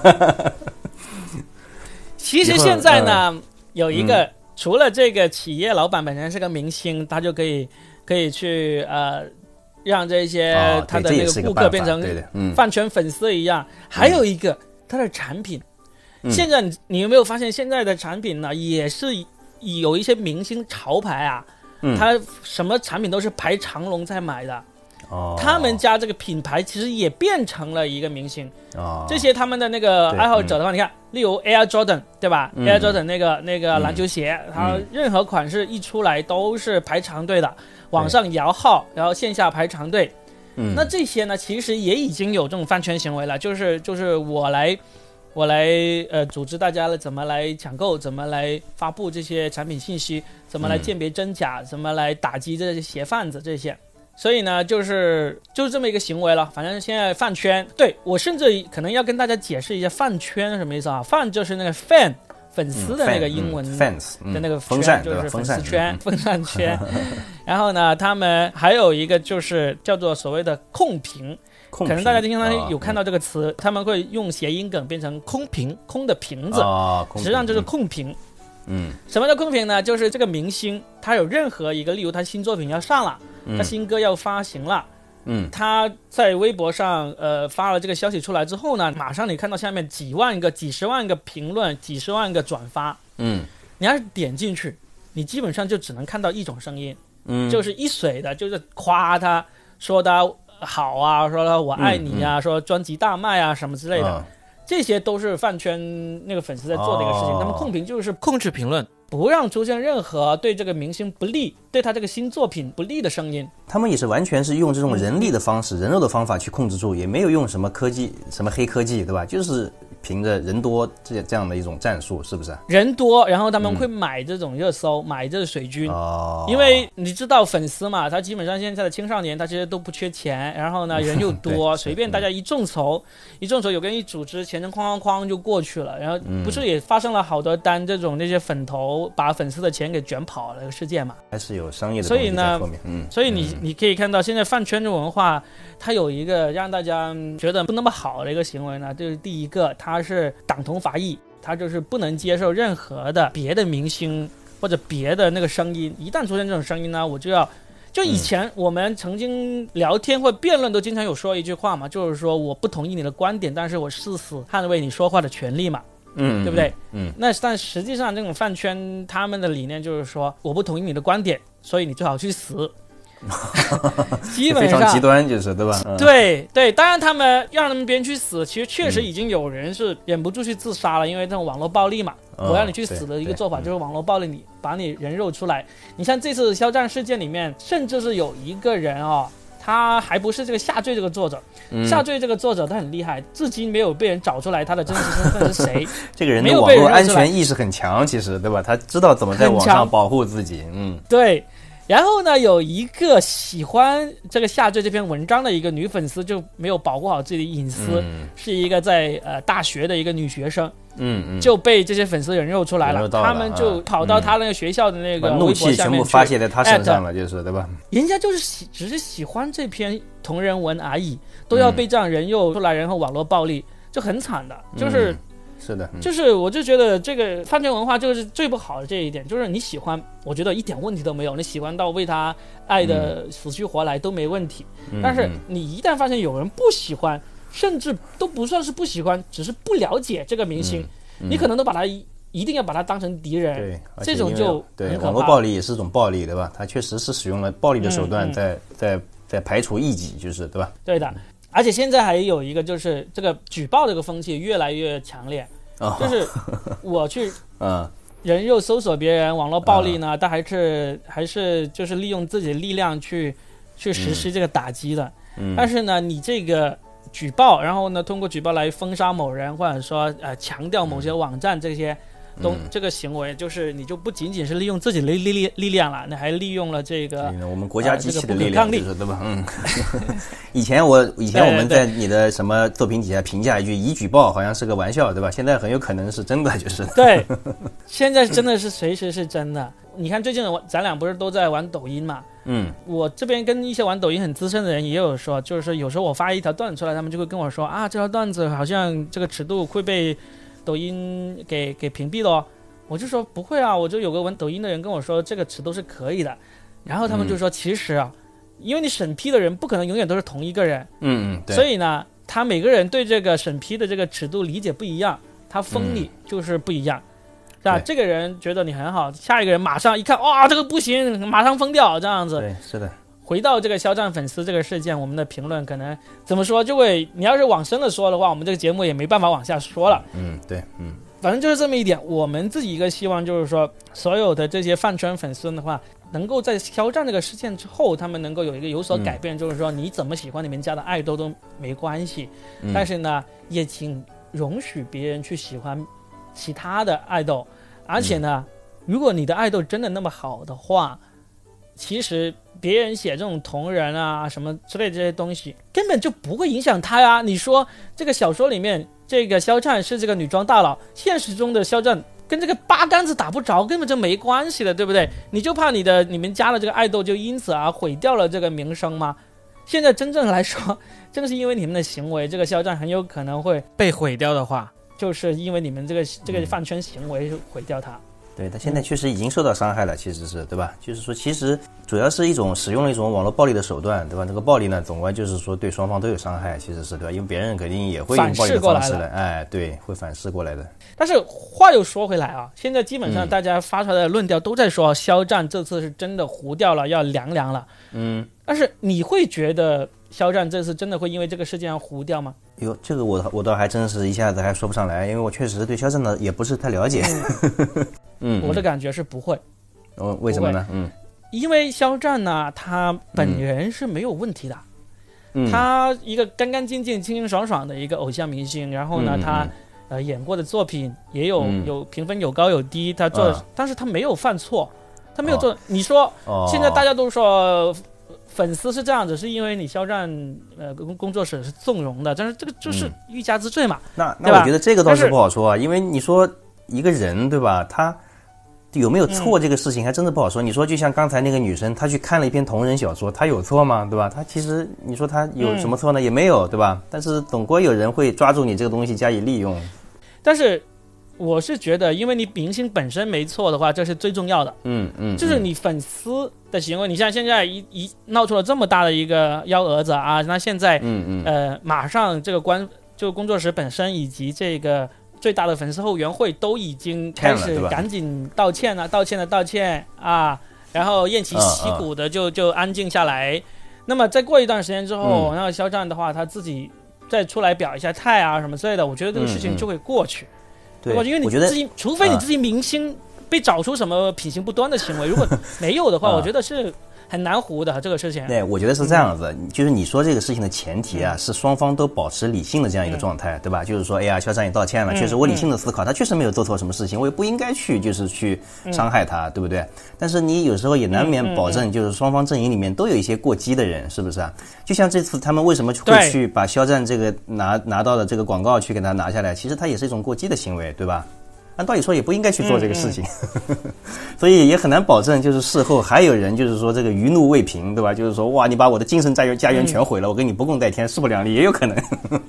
[SPEAKER 1] 其实现在呢，有一个除了这个企业老板本身是个明星，他就可以去让这些他的那个顾客变成饭圈粉丝一样。还有一个他的产品，现在你有没有发现现在的产品呢，也是有一些明星潮牌啊。他什么产品都是排长龙在买的，他们家这个品牌其实也变成了一个明星。这些他们的那个爱好者的话，你看，例如 Air Jordan 对吧？Air Jordan 那个篮球鞋，它任何款式一出来都是排长队的，网上摇号，然后线下排长队。那这些呢，其实也已经有这种饭圈行为了，就是我来组织大家怎么来抢购，怎么来发布这些产品信息，怎么来鉴别真假，怎么来打击这些鞋贩子这些。所以呢，就是这么一个行为了。反正现在饭圈，对，我甚至可能要跟大家解释一下饭圈是什么意思啊？饭就是那个 fan 粉丝的那个英文
[SPEAKER 2] fans
[SPEAKER 1] 的那个
[SPEAKER 2] 风扇，
[SPEAKER 1] 就是粉丝
[SPEAKER 2] 圈、
[SPEAKER 1] 风扇圈。然后呢，他们还有一个就是叫做所谓的控评，可能大家经常有看到这个词，他们会用谐音梗变成空瓶，空的瓶子，实际上就是控评。什么叫控评呢？就是这个明星他有任何一个，例如他新作品要上了，他新歌要发行了。他在微博上发了这个消息出来之后呢，马上你看到下面几万个、几十万个评论，几十万个转发。你要是点进去，你基本上就只能看到一种声音，就是一水的，就是夸他，说他好啊，说他我爱你啊，说专辑大卖啊什么之类的。这些都是饭圈那个粉丝在做的一个事情，他们控评就是控制评论，不让出现任何对这个明星不利、对他这个新作品不利的声音。
[SPEAKER 2] 他们也是完全是用这种人力的方式、人肉的方法去控制住，也没有用什么科技、什么黑科技，对吧？就是凭着人多这样的一种战术，是不是？
[SPEAKER 1] 人多，然后他们会买这种热搜，买这个水军。因为你知道粉丝嘛，他基本上现在的青少年他其实都不缺钱，然后呢人又多，随便大家一众筹，有个人一组织，钱哐就过去了。然后不是也发生了好多单这种那些粉头把粉丝的钱给卷跑了的事件嘛？
[SPEAKER 2] 还是有商业的东西在后面。
[SPEAKER 1] 所以你可以看到现在饭圈的文化，它有一个让大家觉得不那么好的一个行为呢，就是第一个，它是党同伐异，它就是不能接受任何的别的明星或者别的那个声音，一旦出现这种声音呢，我就要。就以前我们曾经聊天或辩论都经常有说一句话嘛，就是说我不同意你的观点，但是我誓死捍卫你说话的权利嘛。对不对？但实际上这种饭圈他们的理念就是说，我不同意你的观点，所以你最好去死。基本上
[SPEAKER 2] 非常极端，就是对吧？
[SPEAKER 1] 对，当然他们让他们别人去死，其实确实已经有人是忍不住去自杀了，因为这种网络暴力嘛。我让你去死的一个做法就是网络暴力，你把你人肉出来。你像这次肖战事件里面，甚至是有一个人他还不是这个下坠这个作者，下坠这个作者他很厉害，至今没有被人找出来他的真实身份是谁。
[SPEAKER 2] 这个人的网络安全意识很强，其实对吧？他知道怎么在网上保护自己。
[SPEAKER 1] 对。然后呢，有一个喜欢这个下坠这篇文章的一个女粉丝就没有保护好自己的隐私，是一个在大学的一个女学生，就被这些粉丝人肉出来了。他们就跑到她那个学校的那个微博下面去，
[SPEAKER 2] 怒气全部发泄在她身上了，就是对吧？
[SPEAKER 1] 人家就是只是喜欢这篇同人文而已，都要被这样人肉出来，然后网络暴力，就很惨的，就是。
[SPEAKER 2] 是的，
[SPEAKER 1] 就是我就觉得这个饭圈文化就是最不好的这一点，就是你喜欢，我觉得一点问题都没有，你喜欢到为他爱的死去活来都没问题。但是你一旦发现有人不喜欢，甚至都不算是不喜欢，只是不了解这个明星，你可能都把他一定要把他当成敌人。
[SPEAKER 2] 对，
[SPEAKER 1] 这种就
[SPEAKER 2] 对网络暴力也是一种暴力，对吧？他确实是使用了暴力的手段在排除异己，就是对吧？
[SPEAKER 1] 对的。而且现在还有一个就是这个举报这个风气越来越强烈，就是我去人肉搜索别人网络暴力呢，但还是就是利用自己的力量去实施这个打击的。但是呢，你这个举报，然后呢通过举报来封杀某人，或者说强调某些网站这些。这个行为就是你就不仅仅是利用自己的力量了，你还利用了这个
[SPEAKER 2] 我们国家机器的力量，就是对吧？以前我们在你的什么作品底下评价一句以举报，好像是个玩笑，对吧？现在很有可能是真的，就是
[SPEAKER 1] 对，现在真的是随时是真的。你看最近咱俩不是都在玩抖音嘛？我这边跟一些玩抖音很资深的人也有说，就是有时候我发一条段子出来，他们就会跟我说这条段子好像这个尺度会被抖音给屏蔽了我就说不会啊，我就有个玩抖音的人跟我说这个尺度是可以的，然后他们就说其实因为你审批的人不可能永远都是同一个人，
[SPEAKER 2] 对，
[SPEAKER 1] 所以呢，他每个人对这个审批的这个尺度理解不一样，他封你就是不一样，是吧？这个人觉得你很好，下一个人马上一看这个不行，马上封掉，这样子。
[SPEAKER 2] 对，是的。
[SPEAKER 1] 回到这个肖战粉丝这个事件，我们的评论可能怎么说，就会你要是往深了说的话，我们这个节目也没办法往下说了。
[SPEAKER 2] 对，
[SPEAKER 1] 反正就是这么一点。我们自己一个希望就是说，所有的这些饭圈粉丝的话，能够在肖战这个事件之后，他们能够有所改变，就是说你怎么喜欢你们家的爱豆都没关系，但是呢，也请容许别人去喜欢其他的爱豆，而且呢，如果你的爱豆真的那么好的话，其实别人写这种同人什么之类的这些东西根本就不会影响他呀。你说这个小说里面这个肖战是这个女装大佬，现实中的肖战跟这个八竿子打不着，根本就没关系的，对不对？你就怕你们家的这个爱豆就因此而毁掉了这个名声吗？现在真正来说，正是因为你们的行为，这个肖战很有可能会被毁掉的话，就是因为你们这个饭圈行为毁掉他。
[SPEAKER 2] 对，他现在确实已经受到伤害了，其实是对吧？就是说，其实主要是使用了一种网络暴力的手段，对吧？这个暴力呢，总归就是说对双方都有伤害，其实是对吧？因为别人肯定也会用暴力的方式来，哎，对，会反噬过来的。
[SPEAKER 1] 但是话又说回来啊，现在基本上大家发出来的论调都在说，肖战这次是真的糊掉了，要凉了。但是你会觉得肖战这次真的会因为这个事件而糊掉吗？
[SPEAKER 2] 哟，这个我倒还真是一下子还说不上来，因为我确实对肖战呢也不是太了解。
[SPEAKER 1] 我的感觉是不会。
[SPEAKER 2] 为什么呢？
[SPEAKER 1] 因为肖战呢，他本人是没有问题的。他一个干干净净、清清爽爽的一个偶像明星，然后呢，他演过的作品也有评分有高有低，他做，但是他没有犯错，他没有做。你说现在大家都说粉丝是这样子，是因为你肖战工作室是纵容的，但是这个就是欲加之罪嘛。
[SPEAKER 2] 那我觉得这个倒是不好说啊，因为你说一个人对吧，他有没有错这个事情还真的不好说。你说就像刚才那个女生，她去看了一篇同人小说，她有错吗？对吧？她其实你说她有什么错呢？也没有，对吧？但是总归有人会抓住你这个东西加以利用。
[SPEAKER 1] 但是我是觉得，因为你明星本身没错的话，这是最重要的。就是你粉丝的行为，你像现在一闹出了这么大的一个幺蛾子啊，那现在马上这个工作室本身以及这个最大的粉丝后援会都已经开始赶紧道歉了，道歉啊，然后偃旗息鼓的就安静下来。那么再过一段时间之后，那肖战的话他自己再出来表一下态啊什么之类的，我觉得这个事情就会过去。对吧？因为你自己，除非你自己明星被找出什么品行不端的行为，如果没有的话，我觉得是很难糊的这个事情。
[SPEAKER 2] 对，我觉得是这样子，就是你说这个事情的前提啊，是双方都保持理性的这样一个状态，对吧？就是说，哎呀，肖战也道歉了，确实我理性的思考，他确实没有做错什么事情，我也不应该去伤害他，对不对？但是你有时候也难免保证，就是双方阵营里面都有一些过激的人，是不是啊？就像这次他们为什么会去把肖战这个拿到的这个广告去给他拿下来，其实他也是一种过激的行为，对吧？按道理说也不应该去做这个事情，所以也很难保证，就是事后还有人就是说这个余怒未平，对吧？就是说哇，你把我的精神家园全毁了，我跟你不共戴天，势不两立，也有可能。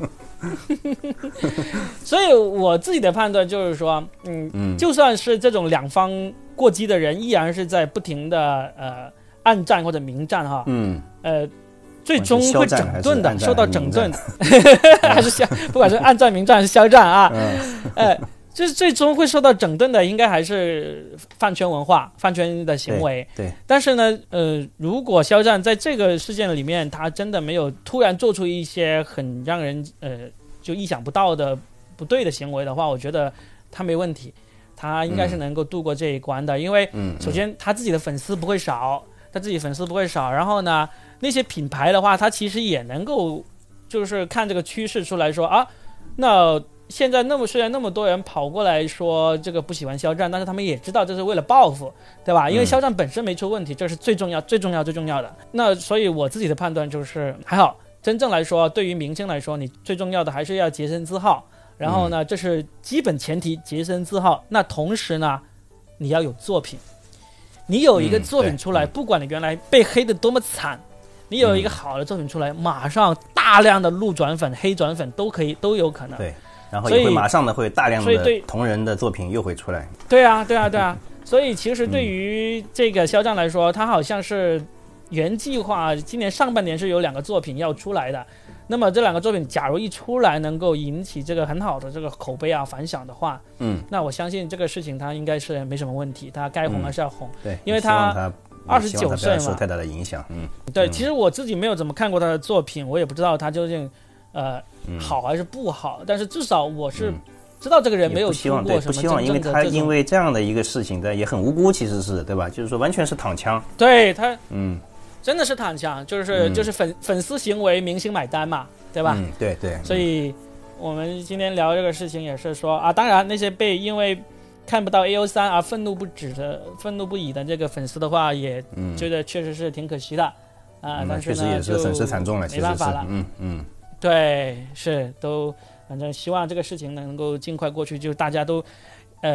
[SPEAKER 1] 所以我自己的判断就是说，就算是这种两方过激的人，依然是在不停的暗战或者明战哈，最终会整顿的，受到整顿的，还是不管是暗战明战还是肖战啊，就是最终会受到整顿的，应该还是饭圈文化、饭圈的行为。
[SPEAKER 2] 对。
[SPEAKER 1] 但是呢，如果肖战在这个事件里面，他真的没有突然做出一些很让人就意想不到的不对的行为的话，我觉得他没问题，他应该是能够度过这一关的。因为首先他自己的粉丝不会少，然后呢，那些品牌的话，他其实也能够就是看这个趋势出来说啊，那。现在虽然那么多人跑过来说这个不喜欢肖战，但是他们也知道这是为了报复，对吧？因为肖战本身没出问题，这是最重要的。那所以我自己的判断就是还好，真正来说，对于明星来说，你最重要的还是要洁身自好。然后呢，这是基本前提，洁身自好。那同时呢，你要有作品，你有一个作品出来，不管你原来被黑的多么惨，你有一个好的作品出来，马上大量的路转粉、黑转粉都有可能。
[SPEAKER 2] 对。然后也会马上的会大量的同人的作品又会出来。
[SPEAKER 1] 对啊。所以其实对于这个肖战来说，他好像是原计划今年上半年是有2个作品要出来的。那么这2个作品假如一出来能够引起这个很好的这个口碑啊反响的话，那我相信这个事情他应该是没什么问题，他该红还是要红。
[SPEAKER 2] 对，
[SPEAKER 1] 因为他29岁嘛，
[SPEAKER 2] 受太大的影响。
[SPEAKER 1] 对，其实我自己没有怎么看过他的作品，我也不知道他究竟好还是不好，但是至少我是知道这个人没有出过什么真正的
[SPEAKER 2] 不希望因为他因为这样的一个事情的也很无辜，其实是对吧？就是说完全是躺枪。
[SPEAKER 1] 对他，真的是躺枪，就是粉丝行为，明星买单嘛，对吧？
[SPEAKER 2] 对。
[SPEAKER 1] 所以我们今天聊这个事情也是说啊，当然那些被因为看不到 AO3 而愤怒不已的这个粉丝的话，也觉得确实是挺可惜的啊。但是呢，
[SPEAKER 2] 确实也是损失惨重了，
[SPEAKER 1] 没办法了。对，是都，反正希望这个事情能够尽快过去，就大家都，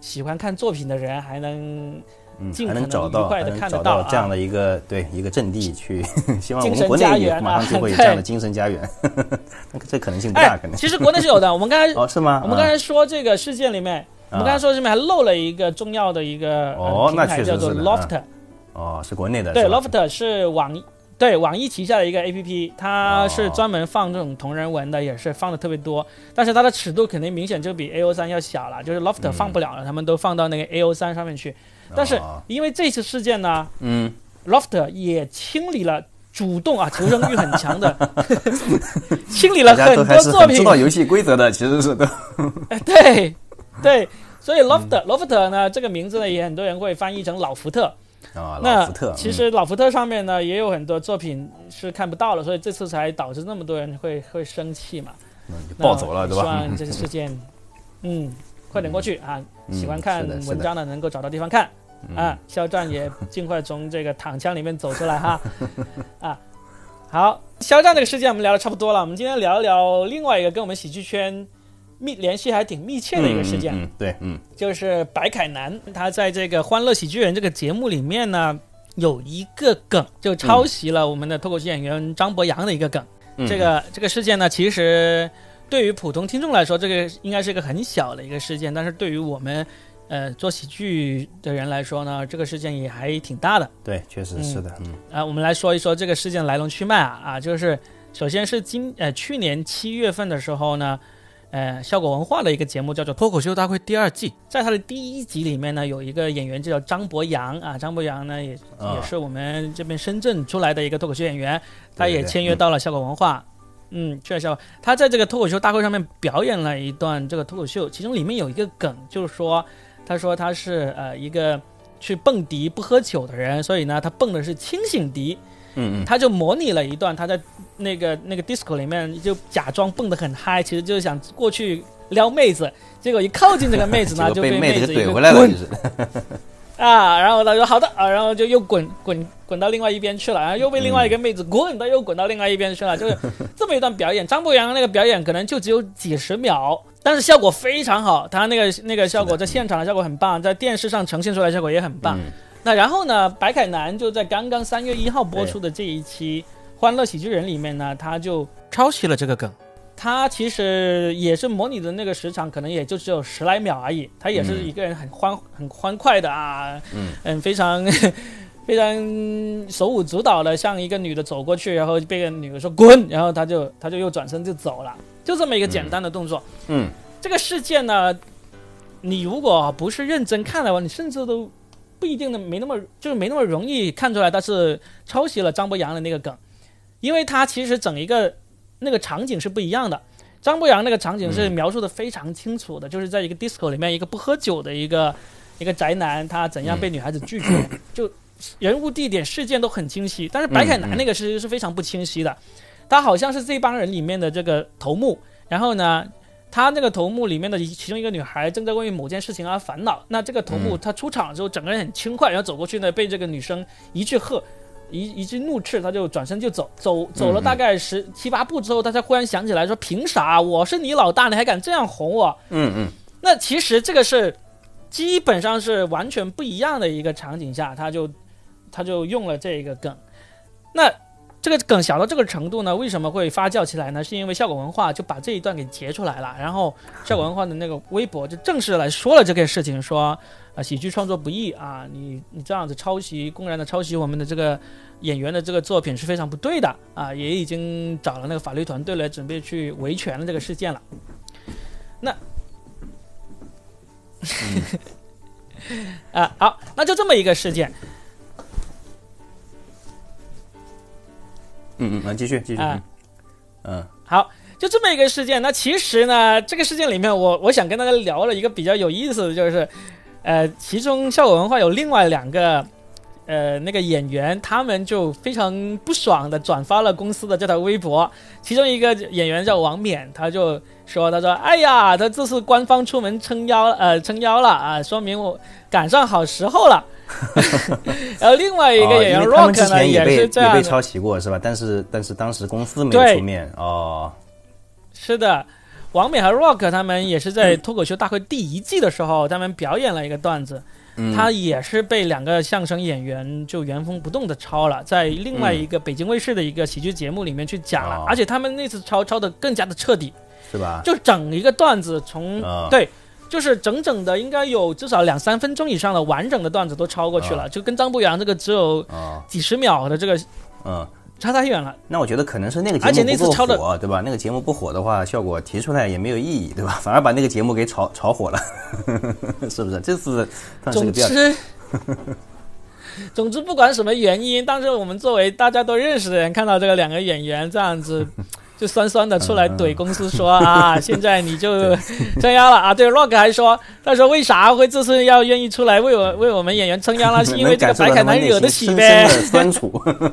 [SPEAKER 1] 喜欢看作品的人还能尽
[SPEAKER 2] 还
[SPEAKER 1] 可能
[SPEAKER 2] 能找到，
[SPEAKER 1] 愉快
[SPEAKER 2] 还能
[SPEAKER 1] 的看得到
[SPEAKER 2] 找到这样的一个一个阵地去，希望我们
[SPEAKER 1] 精神
[SPEAKER 2] 国内也
[SPEAKER 1] 家园啊
[SPEAKER 2] 马上就会有这样的精神家园，这可能性不大，可能。
[SPEAKER 1] 其实国内是有的，我们刚才
[SPEAKER 2] 是吗？
[SPEAKER 1] 我们刚才说这个事件里面，我们刚才说这里面还漏了一个重要的一个平台，叫做 Loft。
[SPEAKER 2] 是国内的。
[SPEAKER 1] 对 ，Loft 是网易旗下的一个 APP， 它是专门放这种同人文的，也是放的特别多。但是它的尺度肯定明显就比 AO3 要小了，就是 Loft 放不了了，他们都放到那个 AO3 上面去。但是因为这次事件呢，Loft 也清理了。主动求生欲很强的，清理了很多作品。
[SPEAKER 2] 知道游戏规则的，其实是都。
[SPEAKER 1] 对，所以 Loft 呢这个名字呢，也很多人会翻译成老福特。
[SPEAKER 2] 老福特。
[SPEAKER 1] 其实老福特上面呢也有很多作品是看不到了，所以这次才导致那么多人会生气嘛。
[SPEAKER 2] 暴走了，对吧？
[SPEAKER 1] 希望这个事件，快点过去啊！喜欢看文章的能够找到地方看。肖战也尽快从这个躺枪里面走出来哈。好，肖战这个事件我们聊得差不多了，我们今天聊一聊另外一个跟我们喜剧圈联系还挺密切的一个事件。就是白凯南，他在这个《欢乐喜剧人》这个节目里面呢，有一个梗就抄袭了我们的脱口秀演员张博洋的一个梗。这个事件呢，其实对于普通听众来说，这个应该是一个很小的一个事件，但是对于我们做喜剧的人来说呢，这个事件也还挺大的。
[SPEAKER 2] 对，确实是的。
[SPEAKER 1] 我们来说一说这个事件的来龙去脉就是首先是去年7月份的时候呢，效果文化的一个节目叫做《脱口秀大会》第2季，在它的第1集里面呢，有一个演员就叫张博洋张博洋呢也是我们这边深圳出来的一个脱口秀演员，他也签约到了效果文化。确实，他在这个脱口秀大会上面表演了一段这个脱口秀，其中里面有一个梗，就是说他说他是一个去蹦迪不喝酒的人，所以呢他蹦的是清醒迪。他就模拟了一段他在那个 disco 里面就假装蹦得很嗨，其实就是想过去撩妹子，结果一靠近这个妹子呢就被妹子
[SPEAKER 2] 怼回来了，就是
[SPEAKER 1] 然后他说好的然后就又滚到另外一边去了，然后又被另外一个妹子又滚到另外一边去了，就是这么一段表演。张博洋那个表演可能就只有几十秒，但是效果非常好，他那个效果在现场的效果很棒，在电视上呈现出来的效果也很棒。那然后呢，白凯南就在刚刚3月1号播出的这一期《欢乐喜剧人》里面呢，他就抄袭了这个梗。他其实也是模拟的那个时长，可能也就只有10来秒而已。他也是一个人很欢快的非常手舞足蹈的向一个女的走过去，然后被个女的说滚，然后他就又转身就走了，就这么一个简单的动作。这个事件呢，你如果不是认真看的话，你甚至都不一定的没那么容易看出来他是抄袭了张博洋的那个梗，因为他其实整一个那个场景是不一样的。张博洋那个场景是描述的非常清楚的，就是在一个 disco 里面，一个不喝酒的一个宅男，他怎样被女孩子拒绝，就人物地点事件都很清晰。但是白凯南那个是非常不清晰的，他好像是这帮人里面的这个头目，然后呢他那个头目里面的其中一个女孩正在为某件事情而烦恼，那这个头目他出场之后整个人很轻快，然后走过去呢，被这个女生一句怒斥，他就转身就走了大概7、8步之后，他才忽然想起来说，凭啥我是你老大，你还敢这样哄我？那其实这个是基本上是完全不一样的一个场景下，他就用了这个梗。那这个梗小到这个程度呢，为什么会发酵起来呢？是因为效果文化就把这一段给截出来了，然后效果文化的那个微博就正式来说了这个事情，说喜剧创作不易你这样子公然的抄袭我们的这个演员的这个作品是非常不对的也已经找了那个法律团队来准备去维权了这个事件了。那好，那就这么一个事件。
[SPEAKER 2] 继续
[SPEAKER 1] 好，就这么一个事件。那其实呢，这个事件里面我想跟大家聊了一个比较有意思的，就是其中效果文化有另外2个那个演员，他们就非常不爽的转发了公司的这条微博。其中一个演员叫王冕，他说哎呀，他这次官方出门撑腰了说明我赶上好时候了。然后另外一个演员 Rock 呢也是这样的，
[SPEAKER 2] 也被抄袭过是吧？但是当时公司没有出面。是的，
[SPEAKER 1] 王美和 Rock 他们也是在脱口秀大会第1季的时候，他们表演了一个段子，他也是被2个相声演员就原封不动的抄了，在另外一个北京卫视的一个喜剧节目里面去讲了，而且他们那次抄的更加的彻底，
[SPEAKER 2] 是吧？
[SPEAKER 1] 就整一个段子从对。就是整整的应该有至少2-3分钟以上的完整的段子都超过去了，就跟张博洋这个只有几十秒的这个，差太远了。
[SPEAKER 2] 那我觉得可能是那个节目不够火，对吧？那个节目不火的话，效果提出来也没有意义，对吧？反而把那个节目给炒火了，是不是？这是
[SPEAKER 1] 总之，不管什么原因，但是我们作为大家都认识的人，看到这个2个演员这样子。就酸酸的出来怼公司说啊，现在你就撑腰了啊！对 ，Rock 还说，他说为啥会这次要愿意出来为我们演员撑腰了？是因为这个白凯南惹得起呗？
[SPEAKER 2] 酸楚。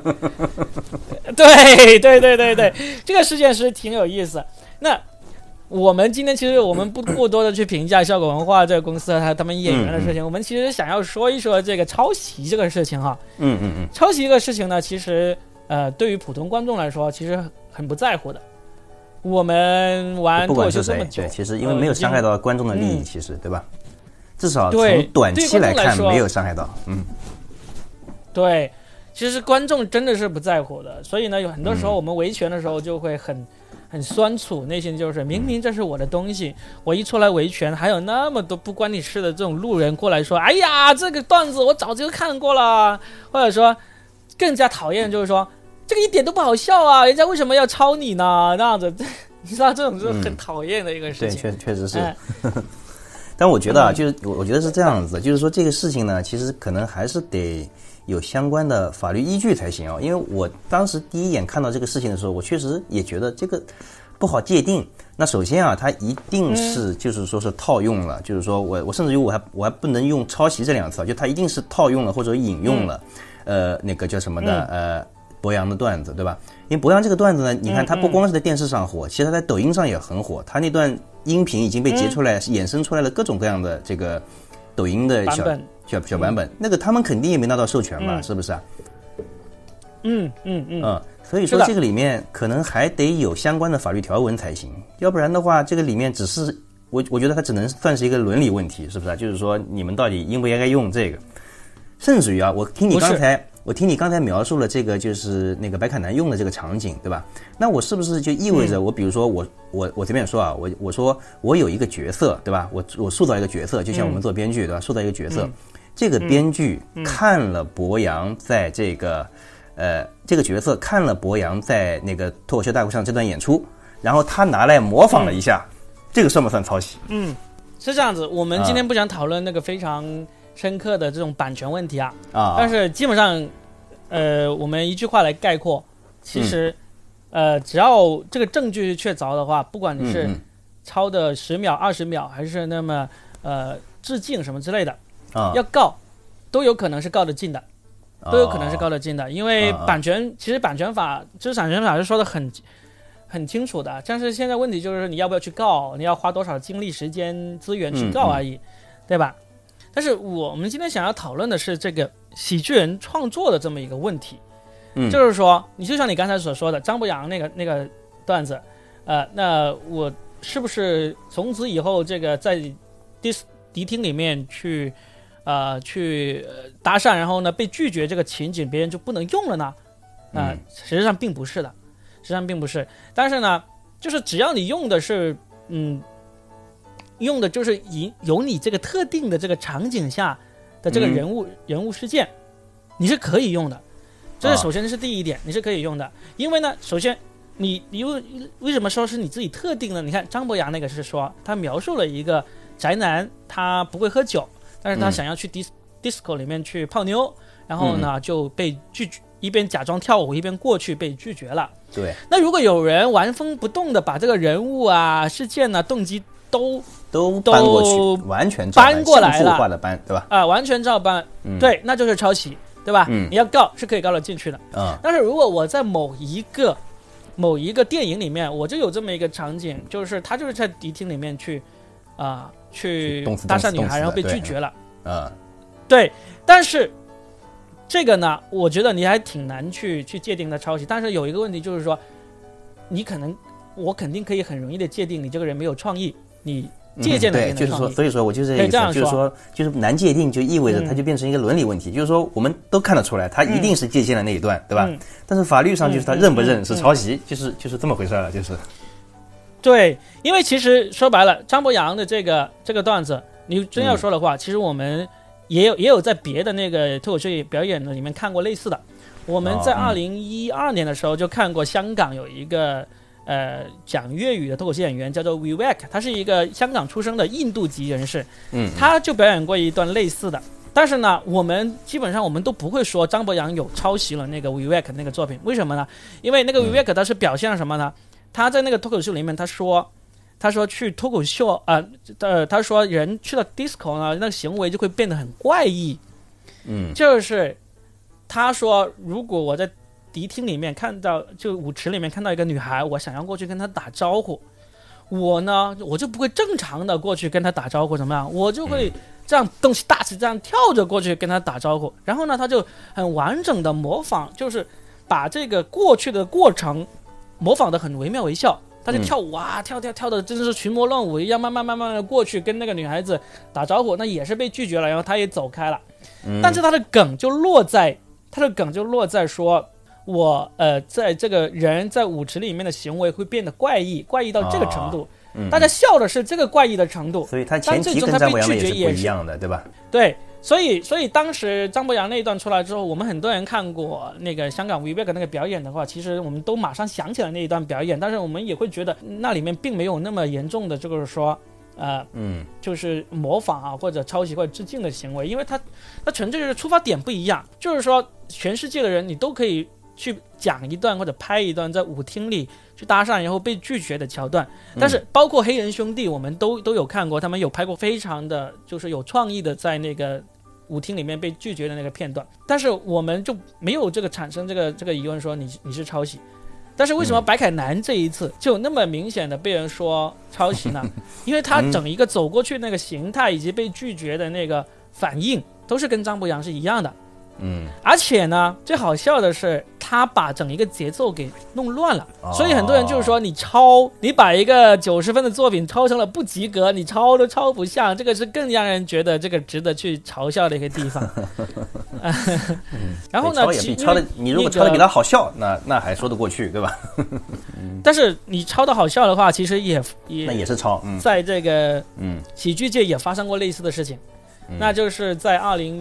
[SPEAKER 1] 对，这个事件是挺有意思。那我们今天其实我们不过多的去评价效果文化这个公司他们演员的事情，我们其实想要说一说这个抄袭这个事情哈。抄袭这个事情呢，其实对于普通观众来说，其实很不在乎的。我们玩脱口秀这么久，
[SPEAKER 2] 对，其实因为没有伤害到观众的利益，其实对吧？至少从短期来看没有伤害到。
[SPEAKER 1] 对，其实观众真的是不在乎的，所以呢，有很多时候我们维权的时候就会很酸楚，内心就是明明这是我的东西，我一出来维权，还有那么多不关你事的这种路人过来说，哎呀，这个段子我早就看过了，或者说更加讨厌就是说。这个一点都不好笑啊！人家为什么要抄你呢？那样子，你知道这种是很讨厌的一个事情。
[SPEAKER 2] 对，确实是。但我觉得啊，就是我觉得是这样子，就是说这个事情呢，其实可能还是得有相关的法律依据才行啊。因为我当时第一眼看到这个事情的时候，我确实也觉得这个不好界定。那首先啊，它一定是就是说是套用了，就是说我甚至于我还不能用抄袭这2个词，就它一定是套用了或者引用了，那个叫什么的博洋的段子，对吧？因为博洋这个段子呢，你看他不光是在电视上火，其实他在抖音上也很火。他那段音频已经被截出来，衍生出来了各种各样的这个抖音的小版本。那个他们肯定也没拿到授权吧？是不是啊？所以说这个里面可能还得有相关的法律条文才行，要不然的话，这个里面只是我觉得它只能算是一个伦理问题，是不是啊？就是说你们到底应不应该用这个？甚至于啊，我听你刚才描述了这个就是那个白凯南用的这个场景，对吧？那我是不是就意味着我比如说我随便说啊，我说我有一个角色，对吧？我塑造一个角色，就像我们做编剧，对吧？塑造一个角色，这个编剧看了博洋在这个这个角色看了博洋在那个脱口秀大会上这段演出，然后他拿来模仿了一下，这个算不算抄袭？
[SPEAKER 1] 是这样子。我们今天不想讨论那个非常深刻的这种版权问题啊，但是基本上，我们一句话来概括，其实，只要这个证据确凿的话，不管你是抄的10秒、20秒，还是那么致敬什么之类的，要告，都有可能是告得进的，因为其实版权法、知识产权法是说的很清楚的，但是现在问题就是你要不要去告，你要花多少精力、时间、资源去告而已，对吧？但是我们今天想要讨论的是这个喜剧人创作的这么一个问题，就是说，你就像你刚才所说的张博洋那个段子，那我是不是从此以后这个在迪厅里面去搭讪，然后呢被拒绝这个情景，别人就不能用了呢？实际上并不是的，但是呢，就是只要你用的是用的就是有你这个特定的这个场景下的这个人物事件，你是可以用的。这是首先是第一点，你是可以用的。因为呢，首先你为什么说是你自己特定的？你看张博洋那个是说他描述了一个宅男，他不会喝酒，但是他想要去disco 里面去泡妞，然后呢就被拒绝，一边假装跳舞一边过去被拒绝了。
[SPEAKER 2] 对。
[SPEAKER 1] 那如果有人纹风不动的把这个人物啊、事件啊、动机都
[SPEAKER 2] 搬过去，完全
[SPEAKER 1] 搬过来了，
[SPEAKER 2] 对吧？
[SPEAKER 1] 完全照搬，对，那就是抄袭，对吧？你要告是可以告得进去的。但是如果我在某一个电影里面，我就有这么一个场景，就是他就是在迪厅里面去搭讪女孩，然后被拒绝了。对，但是这个呢，我觉得你还挺难去界定的抄袭。但是有一个问题就是说，你可能我肯定可以很容易的界定你这个人没有创意，你借鉴了别人的创意。
[SPEAKER 2] 对，就是说，所以说我就是这个意思，就是说，就是难界定就意味着它就变成一个伦理问题，就是说我们都看得出来，他一定是借鉴了那一段，对吧？但是法律上就是他认不认是抄袭，就是这么回事了，就是。
[SPEAKER 1] 对，因为其实说白了，张博洋的这个段子，你真要说的话，其实我们也有在别的那个脱口秀表演的里面看过类似的。我们在2012年的时候就看过香港有一个讲粤语的脱口秀演员叫做 Vivek， 他是一个香港出生的印度籍人士，他就表演过一段类似的。但是呢，我们基本上我们都不会说张博洋有抄袭了那个 Vivek 那个作品，为什么呢？因为那个 Vivek 他是表现了什么呢？他在那个脱口秀里面他说去脱口秀他说人去了 disco 呢，那个行为就会变得很怪异。就是他说如果我在迪厅里面看到，就舞池里面看到一个女孩，我想要过去跟她打招呼，我就不会正常的过去跟她打招呼，怎么样？我就会这样动起大起这样跳着过去跟她打招呼。然后呢，他就很完整的模仿，就是把这个过去的过程模仿的很惟妙惟肖，他就跳舞啊，跳的真的是群魔乱舞一样，慢慢的过去跟那个女孩子打招呼，那也是被拒绝了，然后他也走开了。但是他的梗就落在说，我在这个人在舞池里面的行为会变得怪异到这个程度，大家笑的是这个怪异的程度，
[SPEAKER 2] 所以他前提跟张博洋也是不一样的，对吧？
[SPEAKER 1] 对。所以当时张博洋那一段出来之后，我们很多人看过那个香港 Vivek 那个表演的话，其实我们都马上想起来那一段表演，但是我们也会觉得那里面并没有那么严重的，就是说就是模仿啊或者抄袭或者致敬的行为，因为它纯粹就是出发点不一样，就是说全世界的人你都可以去讲一段或者拍一段在舞厅里去搭讪然后被拒绝的桥段，但是包括黑人兄弟我们都有看过，他们有拍过非常的就是有创意的在那个舞厅里面被拒绝的那个片段，但是我们就没有这个产生这个疑问说你是抄袭。但是为什么白凯南这一次就那么明显的被人说抄袭呢？因为他整一个走过去那个形态以及被拒绝的那个反应都是跟张博洋是一样的。而且呢，最好笑的是他把整一个节奏给弄乱了，所以很多人就是说你把一个90分的作品抄成了不及格，你抄都抄不像，这个是更让人觉得这个值得去嘲笑的一个地方。然后呢，
[SPEAKER 2] 你如果抄的比他好笑，那还说得过去，对吧？
[SPEAKER 1] 但是你抄的好笑的话，其实
[SPEAKER 2] 那也是抄，
[SPEAKER 1] 在这个喜剧界也发生过类似的事情。那就是在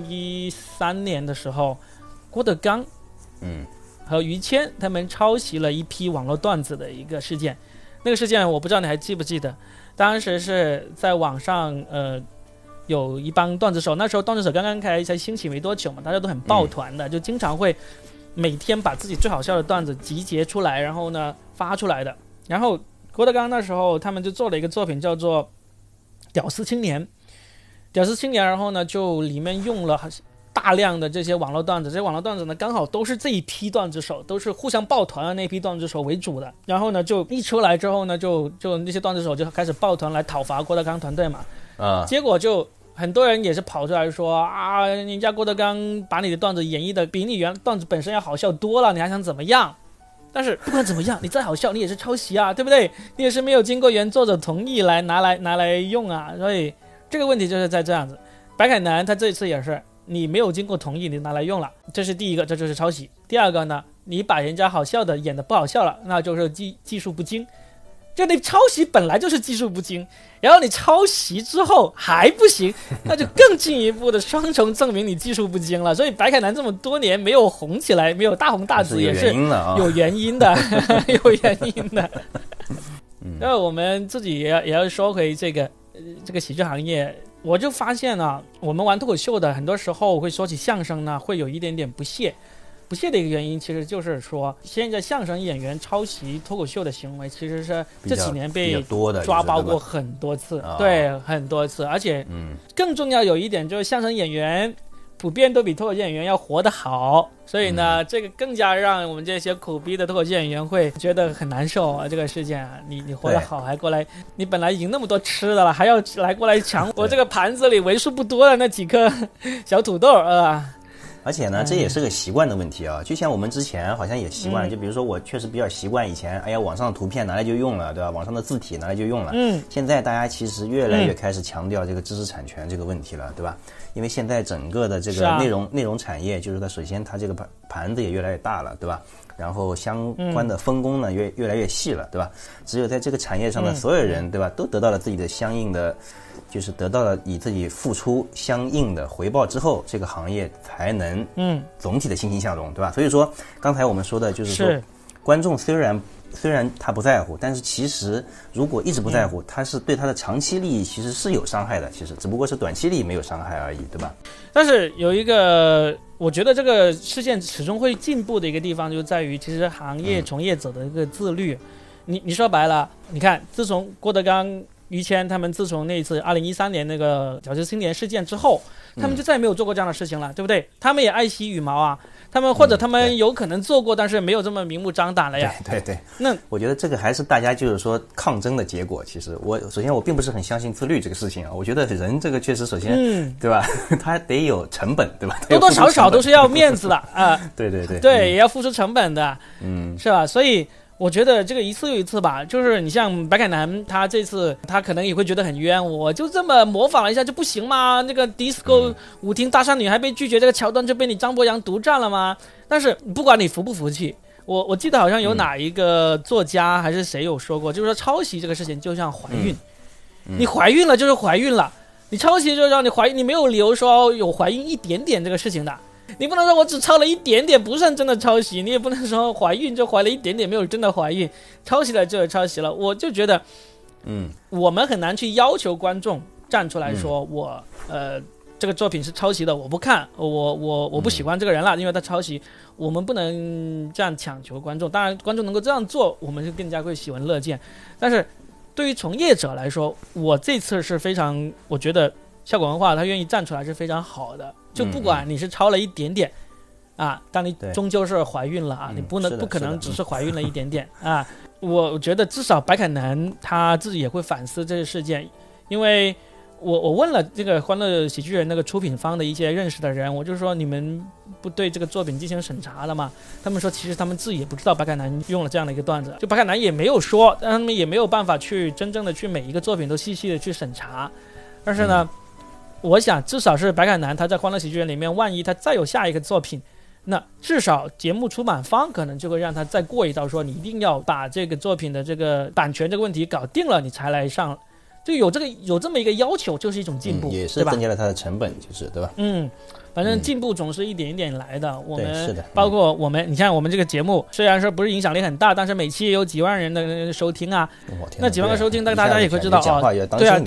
[SPEAKER 1] 2013年的时候，郭德纲和于谦他们抄袭了一批网络段子的一个事件。那个事件我不知道你还记不记得，当时是在网上有一帮段子手，那时候段子手刚刚才兴起没多久嘛，大家都很抱团的，就经常会每天把自己最好笑的段子集结出来，然后呢发出来的。然后郭德纲那时候他们就做了一个作品叫做屌丝青年，然后呢就里面用了大量的这些网络段子，这些网络段子呢刚好都是这一批段子手，都是互相抱团的那批段子手为主的。然后呢就一出来之后呢，就那些段子手就开始抱团来讨伐郭德纲团队嘛。结果就很多人也是跑出来说啊，人家郭德纲把你的段子演绎的比你原段子本身要好笑多了，你还想怎么样？但是不管怎么样，你再好笑你也是抄袭啊，对不对？你也是没有经过原作者同意来拿来用啊，所以这个问题就是在这样子。白凯南他这一次也是，你没有经过同意你拿来用了，这是第一个，这就是抄袭。第二个呢，你把人家好笑的演得不好笑了，那就是技术不精。就你抄袭本来就是技术不精，然后你抄袭之后还不行，那就更进一步的双重证明你技术不精了。所以白凯南这么多年没有红起来，没有大红大紫，也是有原因的，有原因的。那我们自己也要说回这个喜剧行业，我就发现啊，我们玩脱口秀的很多时候会说起相声呢，会有一点点不屑的一个原因，其实就是说现在相声演员抄袭脱口秀的行为其实是这几年被抓包过很多次，对，很多次。而且更重要有一点就是相声演员普遍都比脱口秀演员要活得好，所以呢这个更加让我们这些苦逼的脱口秀演员会觉得很难受啊。这个事件啊，你活得好还过来，你本来已经那么多吃的了，还要过来抢我这个盘子里为数不多的那几颗小土豆啊。
[SPEAKER 2] 而且呢，这也是个习惯的问题啊。就像我们之前好像也习惯了，就比如说我确实比较习惯以前，哎呀，网上的图片拿来就用了，对吧？网上的字体拿来就用了。现在大家其实越来越开始强调这个知识产权这个问题了，对吧？因为现在整个的这个内容产业，就是它首先它这个盘子也越来越大了，对吧？然后相关的分工呢越来越细了，对吧？只有在这个产业上的所有人，对吧，都得到了自己的相应的，就是得到了以自己付出相应的回报之后，这个行业才能总体的欣欣向荣，对吧？所以说刚才我们说的就是说，观众虽然他不在乎，但是其实如果一直不在乎，他是对他的长期利益其实是有伤害的，其实只不过是短期利益没有伤害而已，对吧？
[SPEAKER 1] 但是有一个我觉得这个事件始终会进步的一个地方，就在于其实行业从业者的一个自律。你说白了，你看自从郭德纲、于谦他们自从那一次2013年那个饺子新年事件之后，他们就再也没有做过这样的事情了，对不对？他们也爱惜羽毛啊，他们或者他们有可能做过，但是没有这么明目张胆了呀。
[SPEAKER 2] 对。
[SPEAKER 1] 那我
[SPEAKER 2] 觉得这个还是大家就是说抗争的结果。其实首先我并不是很相信自律这个事情啊。我觉得人这个确实首先，对吧？他得有成本，对吧？
[SPEAKER 1] 多多少少都是要面子的啊。
[SPEAKER 2] 对，
[SPEAKER 1] 也要付出成本的，是吧？所以我觉得这个一次又一次吧，就是你像白凯南，他这次他可能也会觉得很冤，我就这么模仿了一下就不行吗？那个 disco 舞厅大少女还被拒绝，这个桥段就被你张博洋独占了吗？但是不管你服不服气，我记得好像有哪一个作家还是谁有说过，就是说抄袭这个事情就像怀孕，你怀孕了就是怀孕了，你抄袭就让你怀孕，你没有理由说有怀孕一点点这个事情的。你不能说我只抄了一点点不算真的抄袭，你也不能说怀孕就怀了一点点没有真的怀孕，抄袭了就是抄袭了。我就觉得我们很难去要求观众站出来说我这个作品是抄袭的，我不看，我不喜欢这个人了，因为他抄袭。我们不能这样强求观众，当然观众能够这样做我们就更加会喜闻乐见。但是对于从业者来说，我这次是非常，我觉得效果文化他愿意站出来是非常好的，就不管你是抄了一点点但你终究是怀孕了你不可能只是怀孕了一点点我觉得至少白凯南他自己也会反思这个事件，因为我问了这个欢乐喜剧人那个出品方的一些认识的人，我就说你们不对这个作品进行审查了吗？他们说其实他们自己也不知道白凯南用了这样的一个段子，就白凯南也没有说，但他们也没有办法去真正的去每一个作品都细细的去审查。但是呢我想至少是白凯南他在欢乐喜剧人里面，万一他再有下一个作品，那至少节目出版方可能就会让他再过一道，说你一定要把这个作品的这个版权这个问题搞定了你才来上，就有这么一个要求，就是一种进步，
[SPEAKER 2] 也是增加了它的成本，就是对吧？
[SPEAKER 1] 反正进步总是一点一点来的。我们
[SPEAKER 2] 是的，
[SPEAKER 1] 包括我们，你像我们这个节目，虽然说不是影响力很大，但是每期也有几万人的收听啊。那几万个收听，大家也会知道对啊，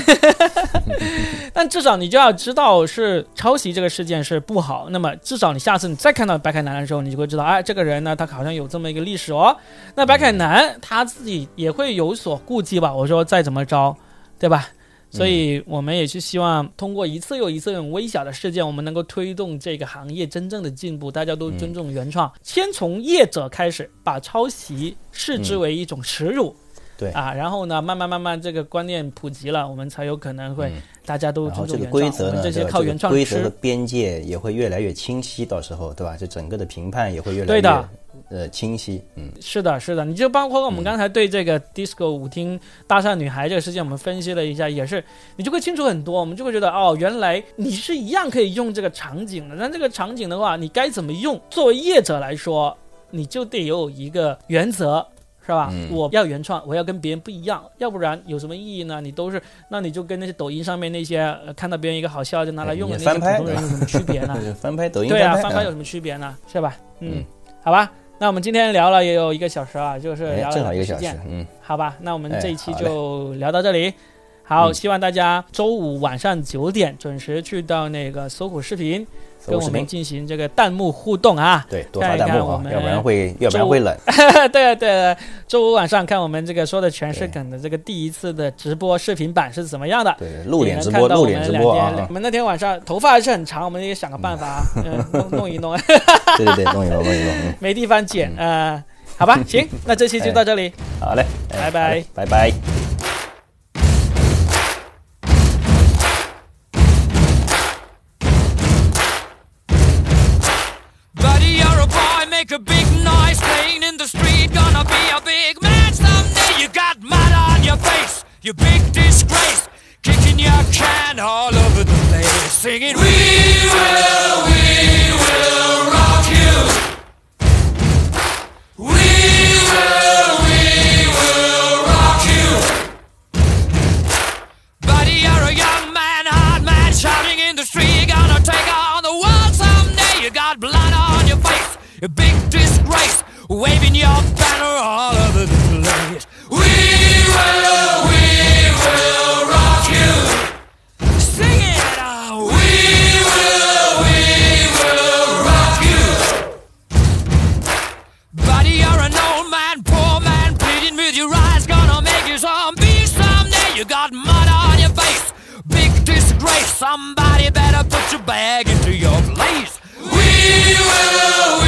[SPEAKER 1] 但至少你就要知道是抄袭这个事件是不好。那么至少你下次你再看到白凯南的时候，你就会知道，这个人呢，他好像有这么一个历史哦。那白凯南他自己也会有所顾忌吧？我说再怎么着，对吧？所以我们也是希望通过一次又一次这种微小的事件，我们能够推动这个行业真正的进步，大家都尊重原创，先从业者开始把抄袭视之为一种耻辱，
[SPEAKER 2] 对
[SPEAKER 1] 然后呢慢慢这个观念普及了，我们才有可能会大家都尊重原创，
[SPEAKER 2] 规则呢，
[SPEAKER 1] 这些靠原创
[SPEAKER 2] 规则的边界也会越来越清晰，到时候对吧？这整个的评判也会越来越
[SPEAKER 1] 对的
[SPEAKER 2] 清晰。
[SPEAKER 1] 是的，你就包括我们刚才对这个 disco 舞厅大少女孩这个事件我们分析了一下，也是你就会清楚很多，我们就会觉得原来你是一样可以用这个场景的，但这个场景的话你该怎么用，作为业者来说你就得有一个原则，是吧？我要原创，我要跟别人不一样，要不然有什么意义呢？那你就跟那些抖音上面那些看到别人一个好笑就拿来用的那些普通人有什么区别呢？
[SPEAKER 2] 翻拍抖音，
[SPEAKER 1] 对翻拍有什么区别呢？是吧？好吧，那我们今天聊了也有1个小时就是聊了
[SPEAKER 2] 正好1个小时，
[SPEAKER 1] 好吧，那我们这一期就聊到这里。好，希望大家周五晚上9点准时去到那个搜狐视频跟我们进行这个弹幕互动
[SPEAKER 2] 对，多发弹幕要不然会冷。
[SPEAKER 1] 对，周五晚上看我们这个说的全是梗的这个第一次的直播视频版是怎么样的？
[SPEAKER 2] 对，露脸直播
[SPEAKER 1] 我们那天晚上头发还是很长，我们也想个办法弄一弄。
[SPEAKER 2] 对，弄一弄，
[SPEAKER 1] 没地方剪好吧，行，那这期就到这里。
[SPEAKER 2] 好嘞，拜拜。
[SPEAKER 3] you big disgrace, kicking your can all over the place, singing, we will rock you. We will rock you. Buddy, you're a young man, hard man, shouting in the street, you're gonna take on the world someday. You got blood on your face, a big disgrace, waving your banner all over the place. We will rock you. Sing it out. We will rock you. Buddy, you're an old man, poor man, pleading with your eyes, gonna make you zombie someday. You got mud on your face, big disgrace, somebody better put your bag into your place. We will